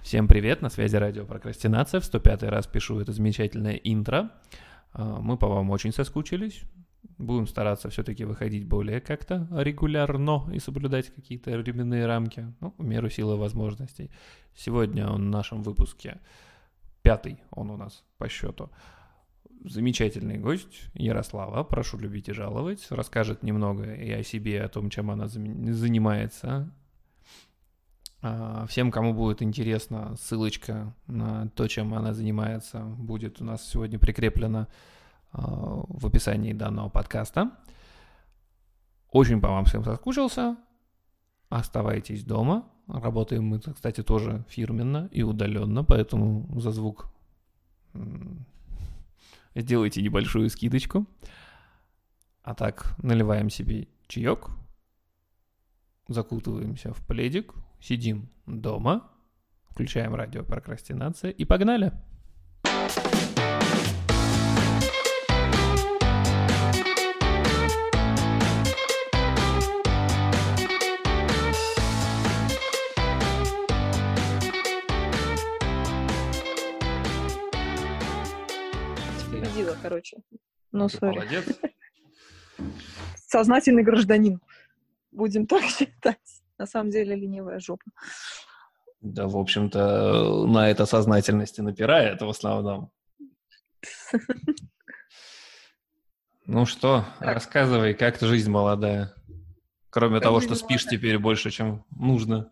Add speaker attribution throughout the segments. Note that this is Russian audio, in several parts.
Speaker 1: Всем привет, на связи радио Прокрастинация. В 105-й раз пишу это замечательное интро. Мы по вам очень соскучились. Будем стараться все-таки выходить более как-то регулярно и соблюдать какие-то временные рамки, в меру силы возможностей. Сегодня в нашем выпуске 5-й, он у нас по счету. Замечательный гость Ярослава, прошу любить и жаловать, расскажет немного и о себе, и о том, чем она занимается. Всем, кому будет интересно, ссылочка на то, чем она занимается, будет у нас сегодня прикреплена в описании данного подкаста. Очень по вам всем соскучился. Оставайтесь дома. Работаем мы, кстати, тоже фирменно и удаленно, поэтому за звук сделайте небольшую скидочку. А так, наливаем себе чаек, закутываемся в пледик, сидим дома, включаем радио Прокрастинация и погнали!
Speaker 2: Победила, короче. Ну, сори.
Speaker 1: Молодец.
Speaker 2: Сознательный гражданин. Будем так считать. На самом деле ленивая жопа.
Speaker 1: Да, в общем-то, на это сознательность и напирает в основном. Ну что, рассказывай, как жизнь молодая? Кроме того, что спишь теперь больше, чем нужно.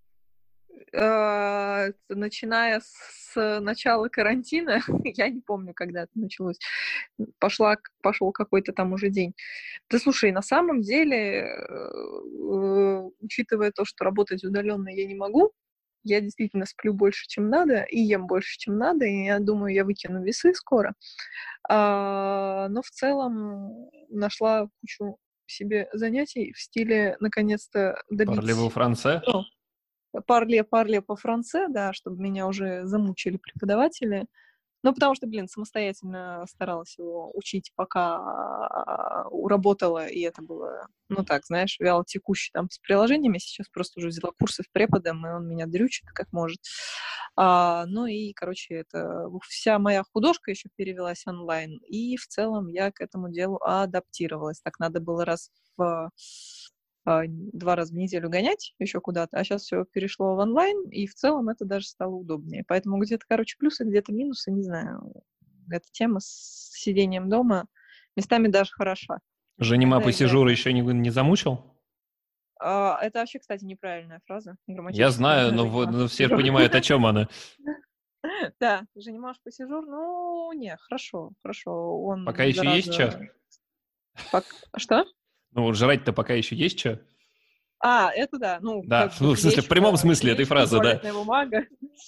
Speaker 2: Начиная с начала карантина, я не помню, когда это началось, пошел какой-то там уже день. Да слушай, на самом деле, учитывая то, что работать удаленно я не могу, я действительно сплю больше, чем надо, и ем больше, чем надо, и я думаю, я выкину весы скоро. Но в целом нашла кучу себе занятий в стиле, наконец-то, добить...
Speaker 1: Parlez-vous français?
Speaker 2: Парле по-франце, да, чтобы меня уже замучили преподаватели. Ну, потому что, самостоятельно старалась его учить, пока работала, и это было, вяло текуще там с приложениями. Сейчас просто уже взяла курсы с преподом, и он меня дрючит как может. Это вся моя художка еще перевелась онлайн, и в целом я к этому делу адаптировалась. Так надо было 2 раза в неделю гонять еще куда-то, а сейчас все перешло в онлайн, и в целом это даже стало удобнее. Поэтому где-то, плюсы, где-то минусы, не знаю. Эта тема с сидением дома местами даже хороша.
Speaker 1: Женима посижура еще не замучил?
Speaker 2: Это вообще, кстати, неправильная фраза.
Speaker 1: Я знаю, но все понимают, о чем она.
Speaker 2: Да, Женимаш посижур, не, хорошо. Он
Speaker 1: пока еще есть что?
Speaker 2: Что?
Speaker 1: Жрать-то пока еще есть что?
Speaker 2: Это да.
Speaker 1: Да, в смысле, в прямом смысле этой фразы, да.
Speaker 2: Туалетная бумага.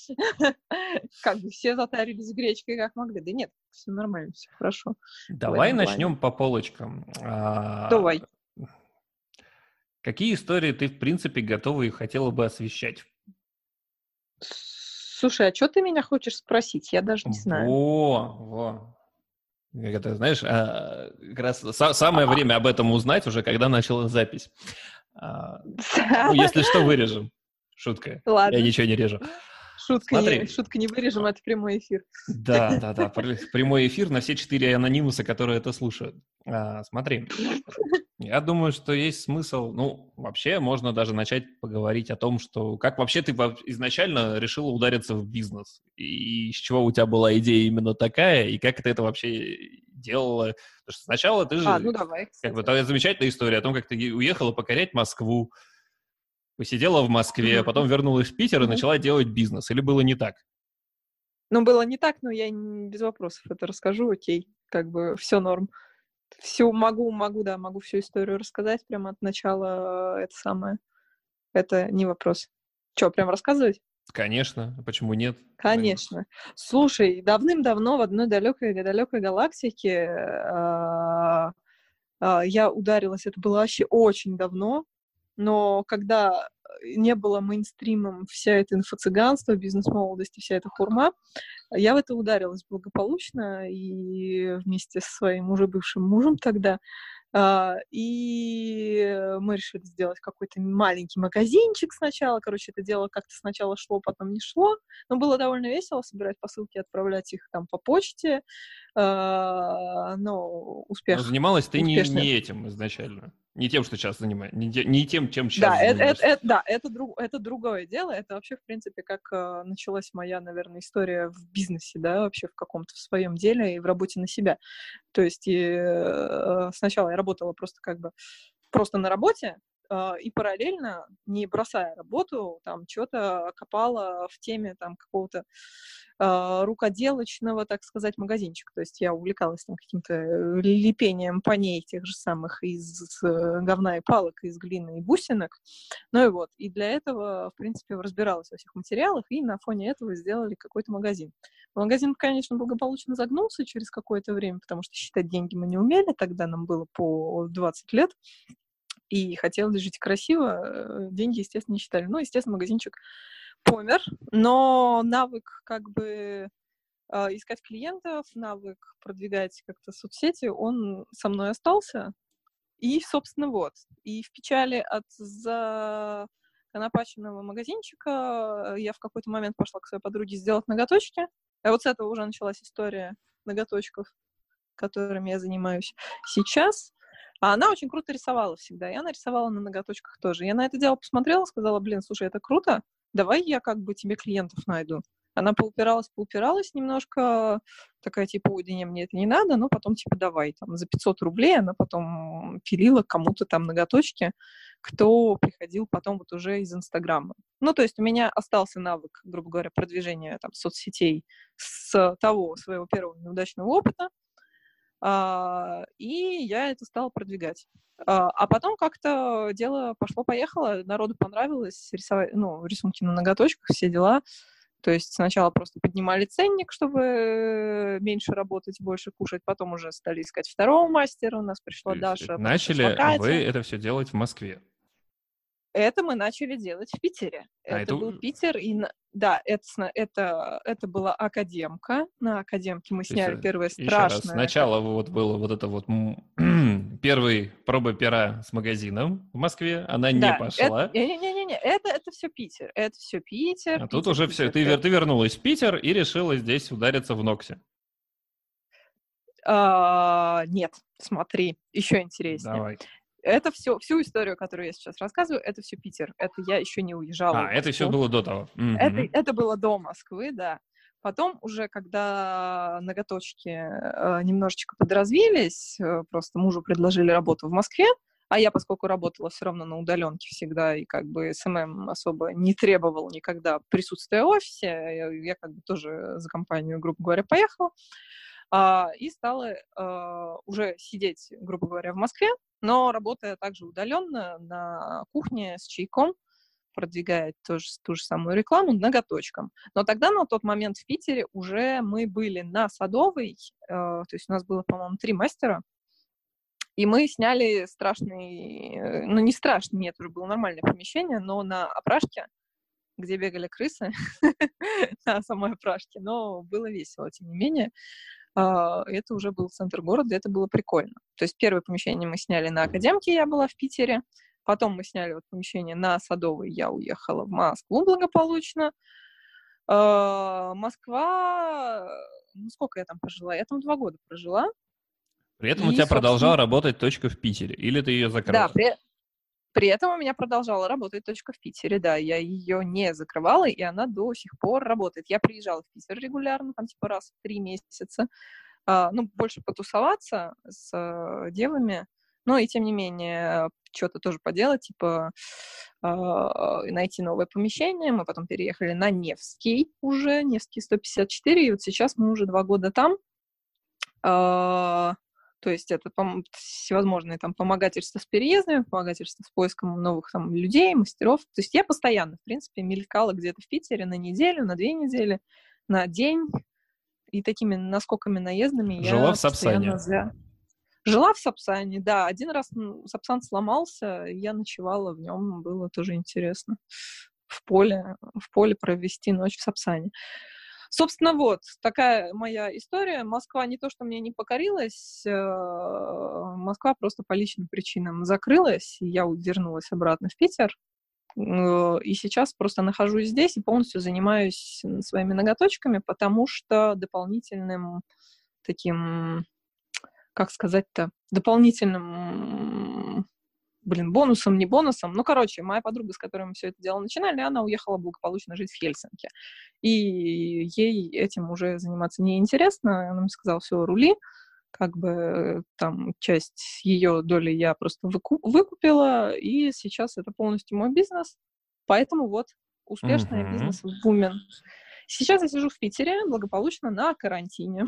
Speaker 2: Все затарились гречкой, как могли. Да нет, все нормально, все хорошо.
Speaker 1: Давай начнем по полочкам.
Speaker 2: Давай.
Speaker 1: Какие истории ты, в принципе, готова и хотела бы освещать?
Speaker 2: Слушай, а что ты меня хочешь спросить? Я даже не знаю.
Speaker 1: Во. Это, знаешь, как раз самое время об этом узнать уже, когда началась запись. Если что, вырежем. Шутка.
Speaker 2: Ладно.
Speaker 1: Я ничего не режу.
Speaker 2: Шутка не вырежем, это прямой эфир.
Speaker 1: Да. Прямой эфир на все 4 анонимуса, которые это слушают. Смотри. Я думаю, что есть смысл, вообще можно даже начать поговорить о том, что как вообще ты изначально решила удариться в бизнес, и с чего у тебя была идея именно такая, и как ты это вообще делала. Потому что сначала ты же...
Speaker 2: давай,
Speaker 1: такая замечательная история о том, как ты уехала покорять Москву, посидела в Москве, потом вернулась в Питер и начала делать бизнес. Или было не так?
Speaker 2: Было не так, но я без вопросов это расскажу, окей, все норм. Всю могу всю историю рассказать прямо от начала, это не вопрос. Что, прям рассказывать?
Speaker 1: Конечно, почему нет?
Speaker 2: Конечно. Слушай, давным-давно в одной далекой галактике я ударилась, это было вообще очень давно, но когда не было мейнстримом вся эта инфо-цыганство, бизнес-молодость и вся эта хурма, я в это ударилась благополучно и вместе со своим уже бывшим мужем тогда И мы решили сделать какой-то маленький магазинчик сначала. Короче, это дело как-то сначала шло, потом не шло. Но было довольно весело собирать посылки, отправлять их там по почте. Но
Speaker 1: Но
Speaker 2: успех
Speaker 1: занималась ты
Speaker 2: успешный.
Speaker 1: не этим изначально. Не тем, что сейчас занимаешься. Не тем, чем сейчас
Speaker 2: Да,
Speaker 1: занимаешься.
Speaker 2: да, это другое дело. Это вообще, в принципе, как началась моя, наверное, история в бизнесе, да, вообще в каком-то в своем деле и в работе на себя. То есть сначала я работала просто как бы просто на работе, и параллельно, не бросая работу, там что-то копала в теме там какого-то рукоделочного, так сказать, магазинчика. То есть я увлекалась там каким-то лепением паней тех же самых из говна и палок, из глины и бусинок. Ну и вот. И для этого, в принципе, разбиралась во всех материалах, и на фоне этого сделали какой-то магазин. Магазин, конечно, благополучно загнулся через какое-то время, потому что считать деньги мы не умели, тогда нам было по 20 лет, и хотелось жить красиво, деньги, естественно, не считали. Ну, естественно, магазинчик помер, но навык как бы искать клиентов, навык продвигать как-то соцсети, он со мной остался. И, собственно, вот. И в печали от законопаченного магазинчика я в какой-то момент пошла к своей подруге сделать ноготочки. А вот с этого уже началась история ноготочков, которыми я занимаюсь сейчас. А она очень круто рисовала всегда, и она рисовала на ноготочках тоже. Я на это дело посмотрела, сказала, блин, слушай, это круто, давай я как бы тебе клиентов найду. Она поупиралась немножко, такая, типа, ой, да не, мне это не надо, но потом, типа, давай, там, за 500 рублей она потом пилила кому-то там ноготочки, кто приходил потом вот уже из Инстаграма. Ну, то есть у меня остался навык, грубо говоря, продвижения там соцсетей с того своего первого неудачного опыта, и я это стала продвигать. А потом как-то дело пошло-поехало, народу понравилось рисовать, ну, рисунки на ноготочках, все дела. То есть сначала просто поднимали ценник, чтобы меньше работать, больше кушать, потом уже стали искать второго мастера, у нас
Speaker 1: То
Speaker 2: пришла
Speaker 1: есть
Speaker 2: Даша, потом пришла
Speaker 1: начали вы
Speaker 2: Катя.
Speaker 1: это все делать в Москве.
Speaker 2: Это мы начали делать в Питере.
Speaker 1: А
Speaker 2: Это
Speaker 1: это...
Speaker 2: был Питер, и да, это была академка. На академке мы
Speaker 1: То есть,
Speaker 2: сняли первое
Speaker 1: еще раз,
Speaker 2: страшное.
Speaker 1: сначала вот было вот это вот первый проба пера с магазином в Москве, она не
Speaker 2: Да,
Speaker 1: пошла,
Speaker 2: не-не-не, это все Питер. Это все Питер,
Speaker 1: а тут
Speaker 2: Питер,
Speaker 1: уже все,
Speaker 2: Питер.
Speaker 1: ты вернулась в Питер и решила здесь удариться в Ноксе.
Speaker 2: Нет, смотри, еще интереснее.
Speaker 1: Давай.
Speaker 2: Это все, всю историю, которую я сейчас рассказываю, это все Питер. Это я еще не уезжала в
Speaker 1: Это еще
Speaker 2: Москву.
Speaker 1: было до того.
Speaker 2: Это было до Москвы, да. Потом уже, когда ноготочки немножечко подразвились, просто мужу предложили работу в Москве, а я, поскольку работала все равно на удаленке всегда, и как бы СММ особо не требовал никогда присутствия в офисе, я как бы тоже за компанию, грубо говоря, поехала, и стала уже сидеть, грубо говоря, в Москве, но работая также удаленно на кухне с чайком, продвигает тоже ту же самую рекламу ноготочком. Но тогда, на тот момент в Питере уже мы были на Садовой, то есть у нас было, по-моему, 3 мастера, и мы сняли страшный, ну не страшный, нет, уже было нормальное помещение, но на опрашке, где бегали крысы, на самой опрашке, но было весело, тем не менее. Это уже был центр города, это было прикольно. То есть первое помещение мы сняли на Академке, я была в Питере, потом мы сняли вот помещение на Садовой, я уехала в Москву благополучно. Москва, ну сколько я там прожила? Я там 2 года прожила.
Speaker 1: При этом у
Speaker 2: И,
Speaker 1: тебя продолжала
Speaker 2: собственно,
Speaker 1: работать точка в Питере, или ты ее
Speaker 2: да,
Speaker 1: закрыла?
Speaker 2: при этом у меня продолжала работать точка в Питере, да, я ее не закрывала, и она до сих пор работает. Я приезжала в Питер регулярно, там типа раз в 3 месяца, ну, больше потусоваться с девами, но и тем не менее что-то тоже поделать, типа найти новое помещение. Мы потом переехали на Невский уже, Невский 154, и вот сейчас мы уже 2 года там. То есть это всевозможные там помогательства с переездами, помогательства с поиском новых там людей, мастеров. То есть я постоянно, в принципе, мелькала где-то в Питере на неделю, на 2 недели, на день. И такими наскоками, наездами
Speaker 1: Жила в
Speaker 2: я
Speaker 1: Сапсане.
Speaker 2: постоянно жила в Сапсане, да. Один раз Сапсан сломался, я ночевала в нем, было тоже интересно. В поле провести ночь в Сапсане. Собственно, вот такая моя история. Москва не то, что мне не покорилась, Москва просто по личным причинам закрылась, и я вернулась обратно в Питер. И сейчас просто нахожусь здесь и полностью занимаюсь своими ноготочками, потому что дополнительным таким, как сказать-то, дополнительным, бонусом, не бонусом. Ну, короче, моя подруга, с которой мы все это дело начинали, она уехала благополучно жить в Хельсинки. И ей этим уже заниматься неинтересно. Она мне сказала, все, рули. Как бы там часть ее доли я просто выкупила, и сейчас это полностью мой бизнес. Поэтому вот, успешная бизнес-вумен. Сейчас я сижу в Питере благополучно на карантине.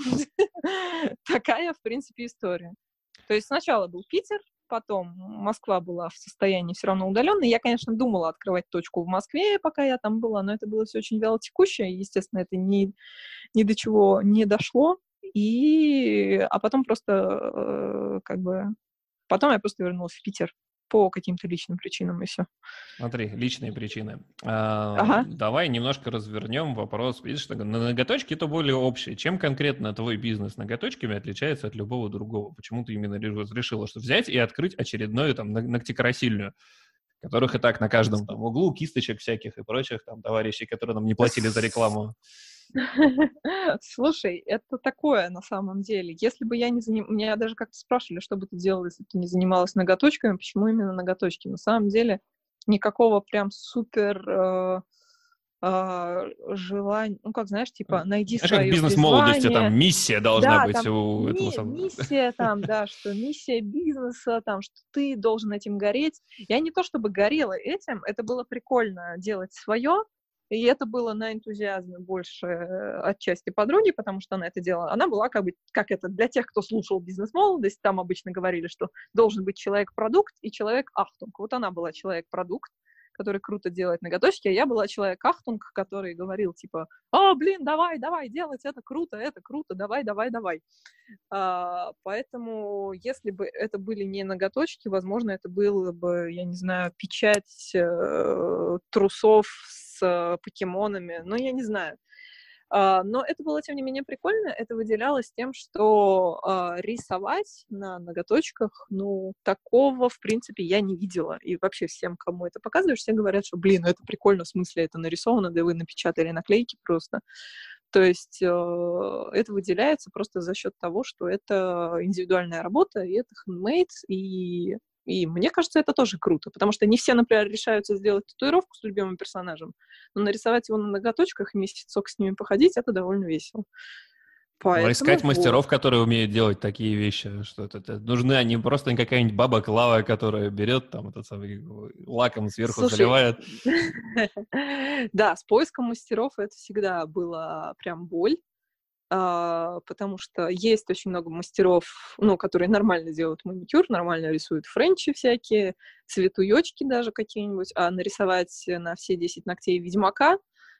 Speaker 2: Такая, в принципе, история. То есть сначала был Питер, потом Москва была в состоянии все равно удаленной. Я, конечно, думала открывать точку в Москве, пока я там была, но это было все очень вялотекущее, и, естественно, это ни до чего не дошло. А потом просто потом я просто вернулась в Питер по каким-то личным причинам, и все.
Speaker 1: Смотри, личные причины.
Speaker 2: Ага.
Speaker 1: Давай немножко развернем вопрос. Видишь, что ноготочки это более общее. Чем конкретно твой бизнес ноготочками отличается от любого другого? Почему ты именно решила, что взять и открыть очередную там ногтекрасильную, которых и так на каждом там углу кисточек всяких и прочих там товарищей, которые нам не платили за рекламу?
Speaker 2: Слушай, это такое на самом деле. Если бы я не занималась... Меня даже как-то спрашивали, что бы ты делала, если бы ты не занималась ноготочками, почему именно ноготочки? На самом деле никакого прям супер желания... Ну, как, знаешь, типа, найди
Speaker 1: Знаешь, как в
Speaker 2: свое
Speaker 1: бизнес-молодости, там
Speaker 2: призвание.
Speaker 1: миссия должна
Speaker 2: Да,
Speaker 1: быть
Speaker 2: там
Speaker 1: у этого самого.
Speaker 2: миссия там, да, что миссия бизнеса, там, что ты должен этим гореть. Я не то чтобы горела этим, это было прикольно делать свое, и это было на энтузиазме больше отчасти подруги, потому что она это делала. Она была как бы, как это, для тех, кто слушал «Бизнес-молодость», там обычно говорили, что должен быть человек-продукт и человек-ахтунг. Вот она была человек-продукт, который круто делает ноготочки, а я была человек-ахтунг, который говорил, типа, блин, давай, делать, это круто, давай. Поэтому, если бы это были не ноготочки, возможно, это было бы, я не знаю, печать трусов с покемонами, ну, я не знаю. Но это было, тем не менее, прикольно. Это выделялось тем, что рисовать на ноготочках, ну, такого, в принципе, я не видела. И вообще всем, кому это показываешь, все говорят, что, блин, ну это прикольно, в смысле, это нарисовано, да вы напечатали наклейки просто. То есть это выделяется просто за счет того, что это индивидуальная работа, и это handmade, и мне кажется, это тоже круто, потому что не все, например, решаются сделать татуировку с любимым персонажем, но нарисовать его на ноготочках и месяцок с ними походить, это довольно весело.
Speaker 1: Но искать
Speaker 2: Поэтому
Speaker 1: мастеров, которые умеют делать такие вещи, что это нужны, а не просто какая-нибудь баба Клава, которая берет там этот самый лаком сверху заливает.
Speaker 2: Да, с поиском мастеров это всегда была прям боль, потому что есть очень много мастеров, ну, которые нормально делают маникюр, нормально рисуют френчи всякие, цветуёчки даже какие-нибудь, а нарисовать на все 10 ногтей Ведьмака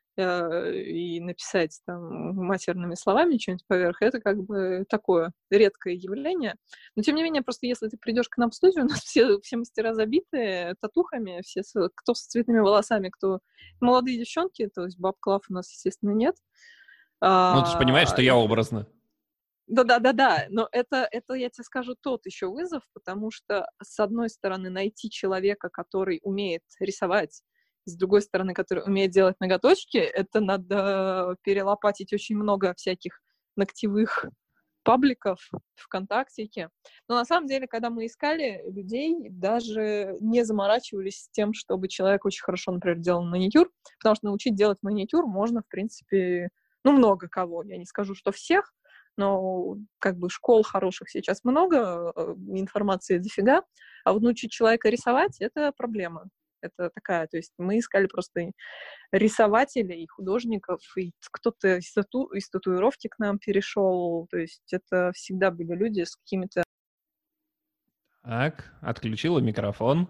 Speaker 2: и написать там матерными словами что-нибудь поверх, это как бы такое редкое явление. Но, тем не менее, просто если ты придешь к нам в студию, у нас все мастера забиты татухами, кто с цветными волосами, кто молодые девчонки, то есть баб Клав у нас, естественно, нет.
Speaker 1: Ну, ты же понимаешь, что я образно.
Speaker 2: Да, но это, я тебе скажу, тот еще вызов, потому что, с одной стороны, найти человека, который умеет рисовать, с другой стороны, который умеет делать ноготочки, это надо перелопатить очень много всяких ногтевых пабликов ВКонтактике. Но на самом деле, когда мы искали людей, даже не заморачивались с тем, чтобы человек очень хорошо, например, делал маникюр, потому что научить делать маникюр можно, в принципе, ну, много кого. Я не скажу, что всех, но как бы школ хороших сейчас много, информации дофига, а вот научить человека рисовать — это проблема. Это такая, то есть мы искали просто рисователей, художников, и кто-то из татуировки к нам перешел, то есть это всегда были люди с какими-то...
Speaker 1: Так, отключила микрофон.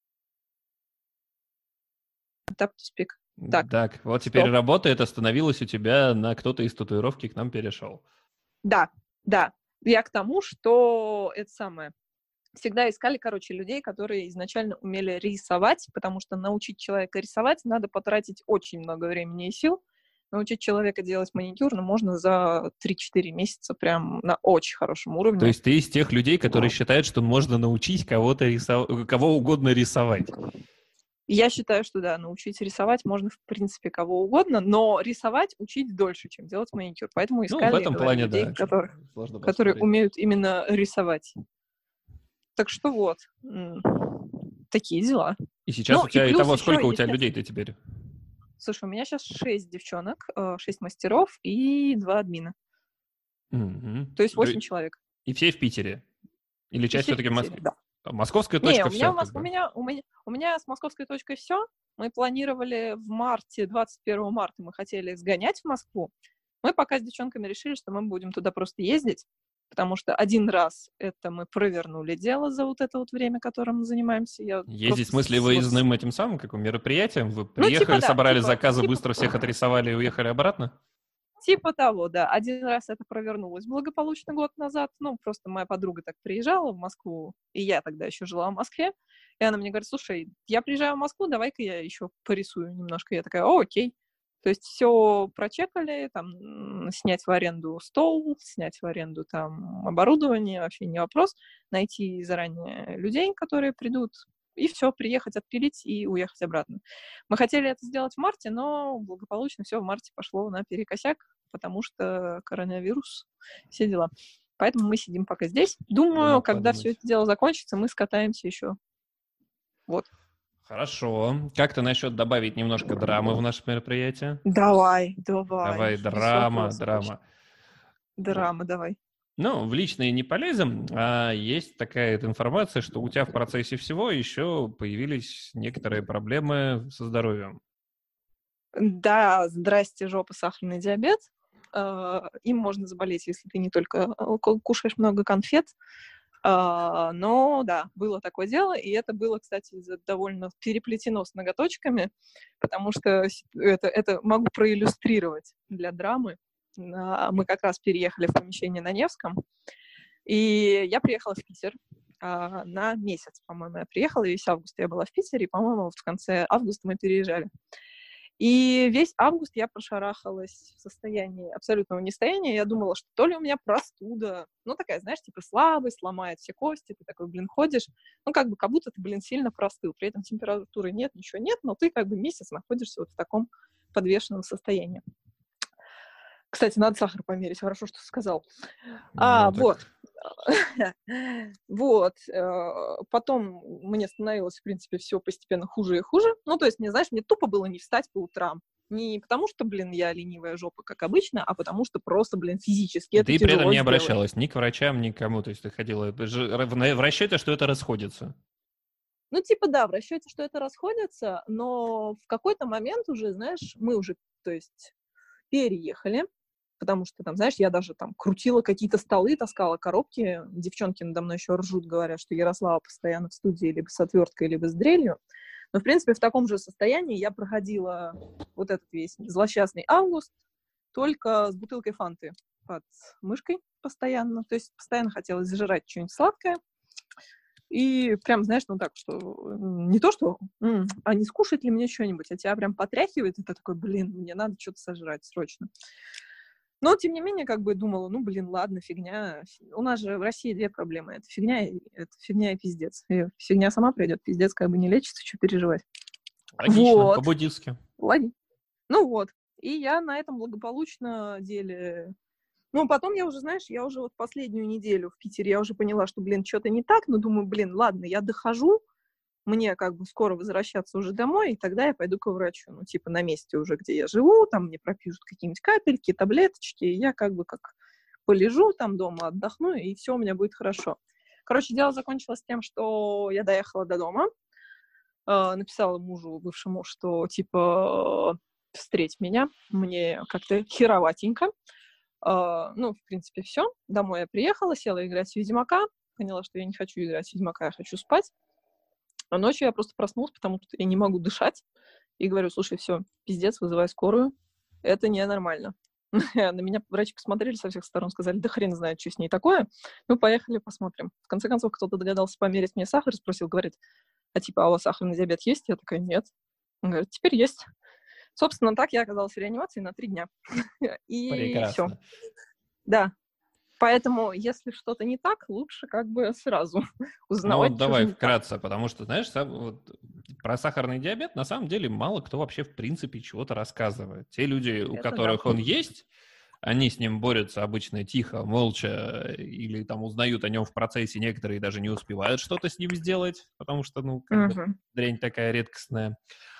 Speaker 2: Tap to speak.
Speaker 1: Так, вот теперь работает, остановилась у тебя на кто-то из татуировки к нам перешел.
Speaker 2: Да. Я к тому, что это самое. Всегда искали, короче, людей, которые изначально умели рисовать, потому что научить человека рисовать надо потратить очень много времени и сил. научить человека делать маникюр, ну, можно за 3-4 месяца прям на очень хорошем уровне.
Speaker 1: То есть ты из тех людей, которые считают, что можно научить кого-то кого угодно рисовать?
Speaker 2: Я считаю, что да, научить рисовать можно, в принципе, кого угодно, но рисовать учить дольше, чем делать маникюр. Поэтому
Speaker 1: Ну, в
Speaker 2: искали,
Speaker 1: этом
Speaker 2: говорю,
Speaker 1: плане,
Speaker 2: людей,
Speaker 1: да. Сложно
Speaker 2: которые
Speaker 1: поспорить.
Speaker 2: умеют именно рисовать. Так что вот, такие дела.
Speaker 1: И сейчас
Speaker 2: Ну,
Speaker 1: у
Speaker 2: и
Speaker 1: тебя,
Speaker 2: плюс
Speaker 1: итого,
Speaker 2: еще,
Speaker 1: сколько у тебя
Speaker 2: естественно...
Speaker 1: людей-то теперь?
Speaker 2: Слушай, у меня сейчас 6 девчонок, 6 мастеров и 2 админа.
Speaker 1: Мгм.
Speaker 2: То есть 8 человек.
Speaker 1: И все в Питере? Или
Speaker 2: И
Speaker 1: часть
Speaker 2: все в
Speaker 1: все-таки в
Speaker 2: Питере,
Speaker 1: Москве?
Speaker 2: да.
Speaker 1: Московская
Speaker 2: Не,
Speaker 1: точка все, как бы.
Speaker 2: у меня с московской точкой все. Мы планировали в марте, 21 марта мы хотели сгонять в Москву. Мы пока с девчонками решили, что мы будем туда просто ездить, потому что один раз это мы провернули дело за вот это вот время, которым мы занимаемся. Я
Speaker 1: Ездить, в
Speaker 2: просто
Speaker 1: смысле, выездным этим самым, как мероприятием? Вы
Speaker 2: Ну, типа,
Speaker 1: приехали,
Speaker 2: да,
Speaker 1: собрали заказы, быстро всех отрисовали и уехали обратно?
Speaker 2: типа того, да. Один раз это провернулось благополучно год назад. Ну, просто моя подруга так приезжала в Москву, и я тогда еще жила в Москве. И она мне говорит, слушай, я приезжаю в Москву, давай-ка я еще порисую немножко. Я такая, окей. То есть все прочекали, там, снять в аренду стол, снять в аренду там оборудование, вообще не вопрос. Найти заранее людей, которые придут, и все, приехать, отпилить и уехать обратно. Мы хотели это сделать в марте, но благополучно все в марте пошло наперекосяк, потому что коронавирус, все дела. Поэтому мы сидим пока здесь.
Speaker 1: Не
Speaker 2: Думаю,
Speaker 1: мог
Speaker 2: когда
Speaker 1: подумать.
Speaker 2: все это дело закончится, мы скатаемся еще. Вот.
Speaker 1: Хорошо. Как ты насчет добавить немножко драмы в наше мероприятие?
Speaker 2: Давай.
Speaker 1: Давай,
Speaker 2: Без
Speaker 1: драма,
Speaker 2: вопросов.
Speaker 1: драма.
Speaker 2: Драма, давай.
Speaker 1: Ну, в личные не полезем, а есть такая информация, что у тебя в процессе всего еще появились некоторые проблемы со здоровьем.
Speaker 2: Да, здрасте, жопа, сахарный диабет. Им можно заболеть, если ты не только кушаешь много конфет. Но да, было такое дело, и это было, кстати, довольно переплетено с ноготочками, потому что это могу проиллюстрировать для драмы. Мы как раз переехали в помещение на Невском, и я приехала в Питер на месяц, по-моему, я приехала, и весь август я была в Питере, и, по-моему, вот в конце августа мы переезжали. И весь август я прошарахалась в состоянии абсолютного нестояния. Я думала, что то ли у меня простуда, ну, такая, знаешь, типа слабость, ломает все кости, ты такой, ходишь, ну, как будто ты, сильно простыл. При этом температуры нет, ничего нет, но ты месяц находишься вот в таком подвешенном состоянии. Кстати, надо сахар померить, хорошо, что сказал. Вот. Вот. Потом мне становилось, в принципе, все постепенно хуже и хуже. Ну, то есть, мне тупо было не встать по утрам. Не потому что, я ленивая жопа, как обычно, а потому что просто, физически это
Speaker 1: Ты при этом
Speaker 2: тяжело
Speaker 1: не
Speaker 2: сделать.
Speaker 1: обращалась ни к врачам, ни к кому. То есть ты ходила в расчете, что это расходится.
Speaker 2: Ну, типа, да, в расчете, что это расходится, но в какой-то момент уже, знаешь, мы уже, то есть, переехали, потому что, там, знаешь, я даже там крутила какие-то столы, таскала коробки. Девчонки надо мной еще ржут, говорят, что Ярослава постоянно в студии либо с отверткой, либо с дрелью. Но, в принципе, в таком же состоянии я проходила вот этот весь злосчастный август только с бутылкой фанты под мышкой постоянно. То есть постоянно хотелось зажирать что-нибудь сладкое. И прям, знаешь, так, что не то, что а не скушать ли мне что-нибудь, а тебя прям потряхивает, и ты такой, мне надо что-то сожрать срочно. Но, тем не менее, думала, ладно, фигня. У нас же в России 2 проблемы. Это фигня и пиздец. И фигня сама придет, пиздец не лечится, что переживать.
Speaker 1: Логично,
Speaker 2: Вот.
Speaker 1: по-буддистски.
Speaker 2: Логично. Ну вот. И я на этом благополучно деле... Ну, потом я уже, знаешь, вот последнюю неделю в Питере, я уже поняла, что, что-то не так, но думаю, ладно, я дохожу, мне скоро возвращаться уже домой, и тогда я пойду к врачу. Ну, типа на месте уже, где я живу, там мне пропишут какие-нибудь капельки, таблеточки, и я как полежу там дома, отдохну, и все у меня будет хорошо. Короче, дело закончилось тем, что я доехала до дома, написала мужу, бывшему, что, типа, встреть меня, мне как-то хероватенько. Ну, в принципе, все. Домой я приехала, села играть в Ведьмака, поняла, что я не хочу играть в Ведьмака, я хочу спать. А ночью я просто проснулась, потому что я не могу дышать. И говорю, слушай, все, пиздец, вызывай скорую. Это ненормально. На меня врачи посмотрели со всех сторон, сказали, да хрен знает, что с ней такое. Ну, поехали, посмотрим. В конце концов, кто-то догадался померить мне сахар, спросил, говорит, а у вас сахарный диабет есть? Я такая, нет. Он говорит, теперь есть. Собственно, так я оказалась в реанимации на 3 дня. И все.
Speaker 1: Прекрасно.
Speaker 2: Да. Поэтому, если что-то не так, лучше как бы сразу
Speaker 1: Ну,
Speaker 2: узнавать, что
Speaker 1: давай
Speaker 2: же не так.
Speaker 1: вкратце, потому что, знаешь, вот, про сахарный диабет на самом деле мало кто вообще в принципе чего-то рассказывает. Те люди, у
Speaker 2: Это
Speaker 1: которых
Speaker 2: да.
Speaker 1: он есть, они с ним борются обычно тихо, молча, или там узнают о нем в процессе, некоторые даже не успевают что-то с ним сделать, потому что, ну, как бы
Speaker 2: Мгм.
Speaker 1: дрянь такая редкостная.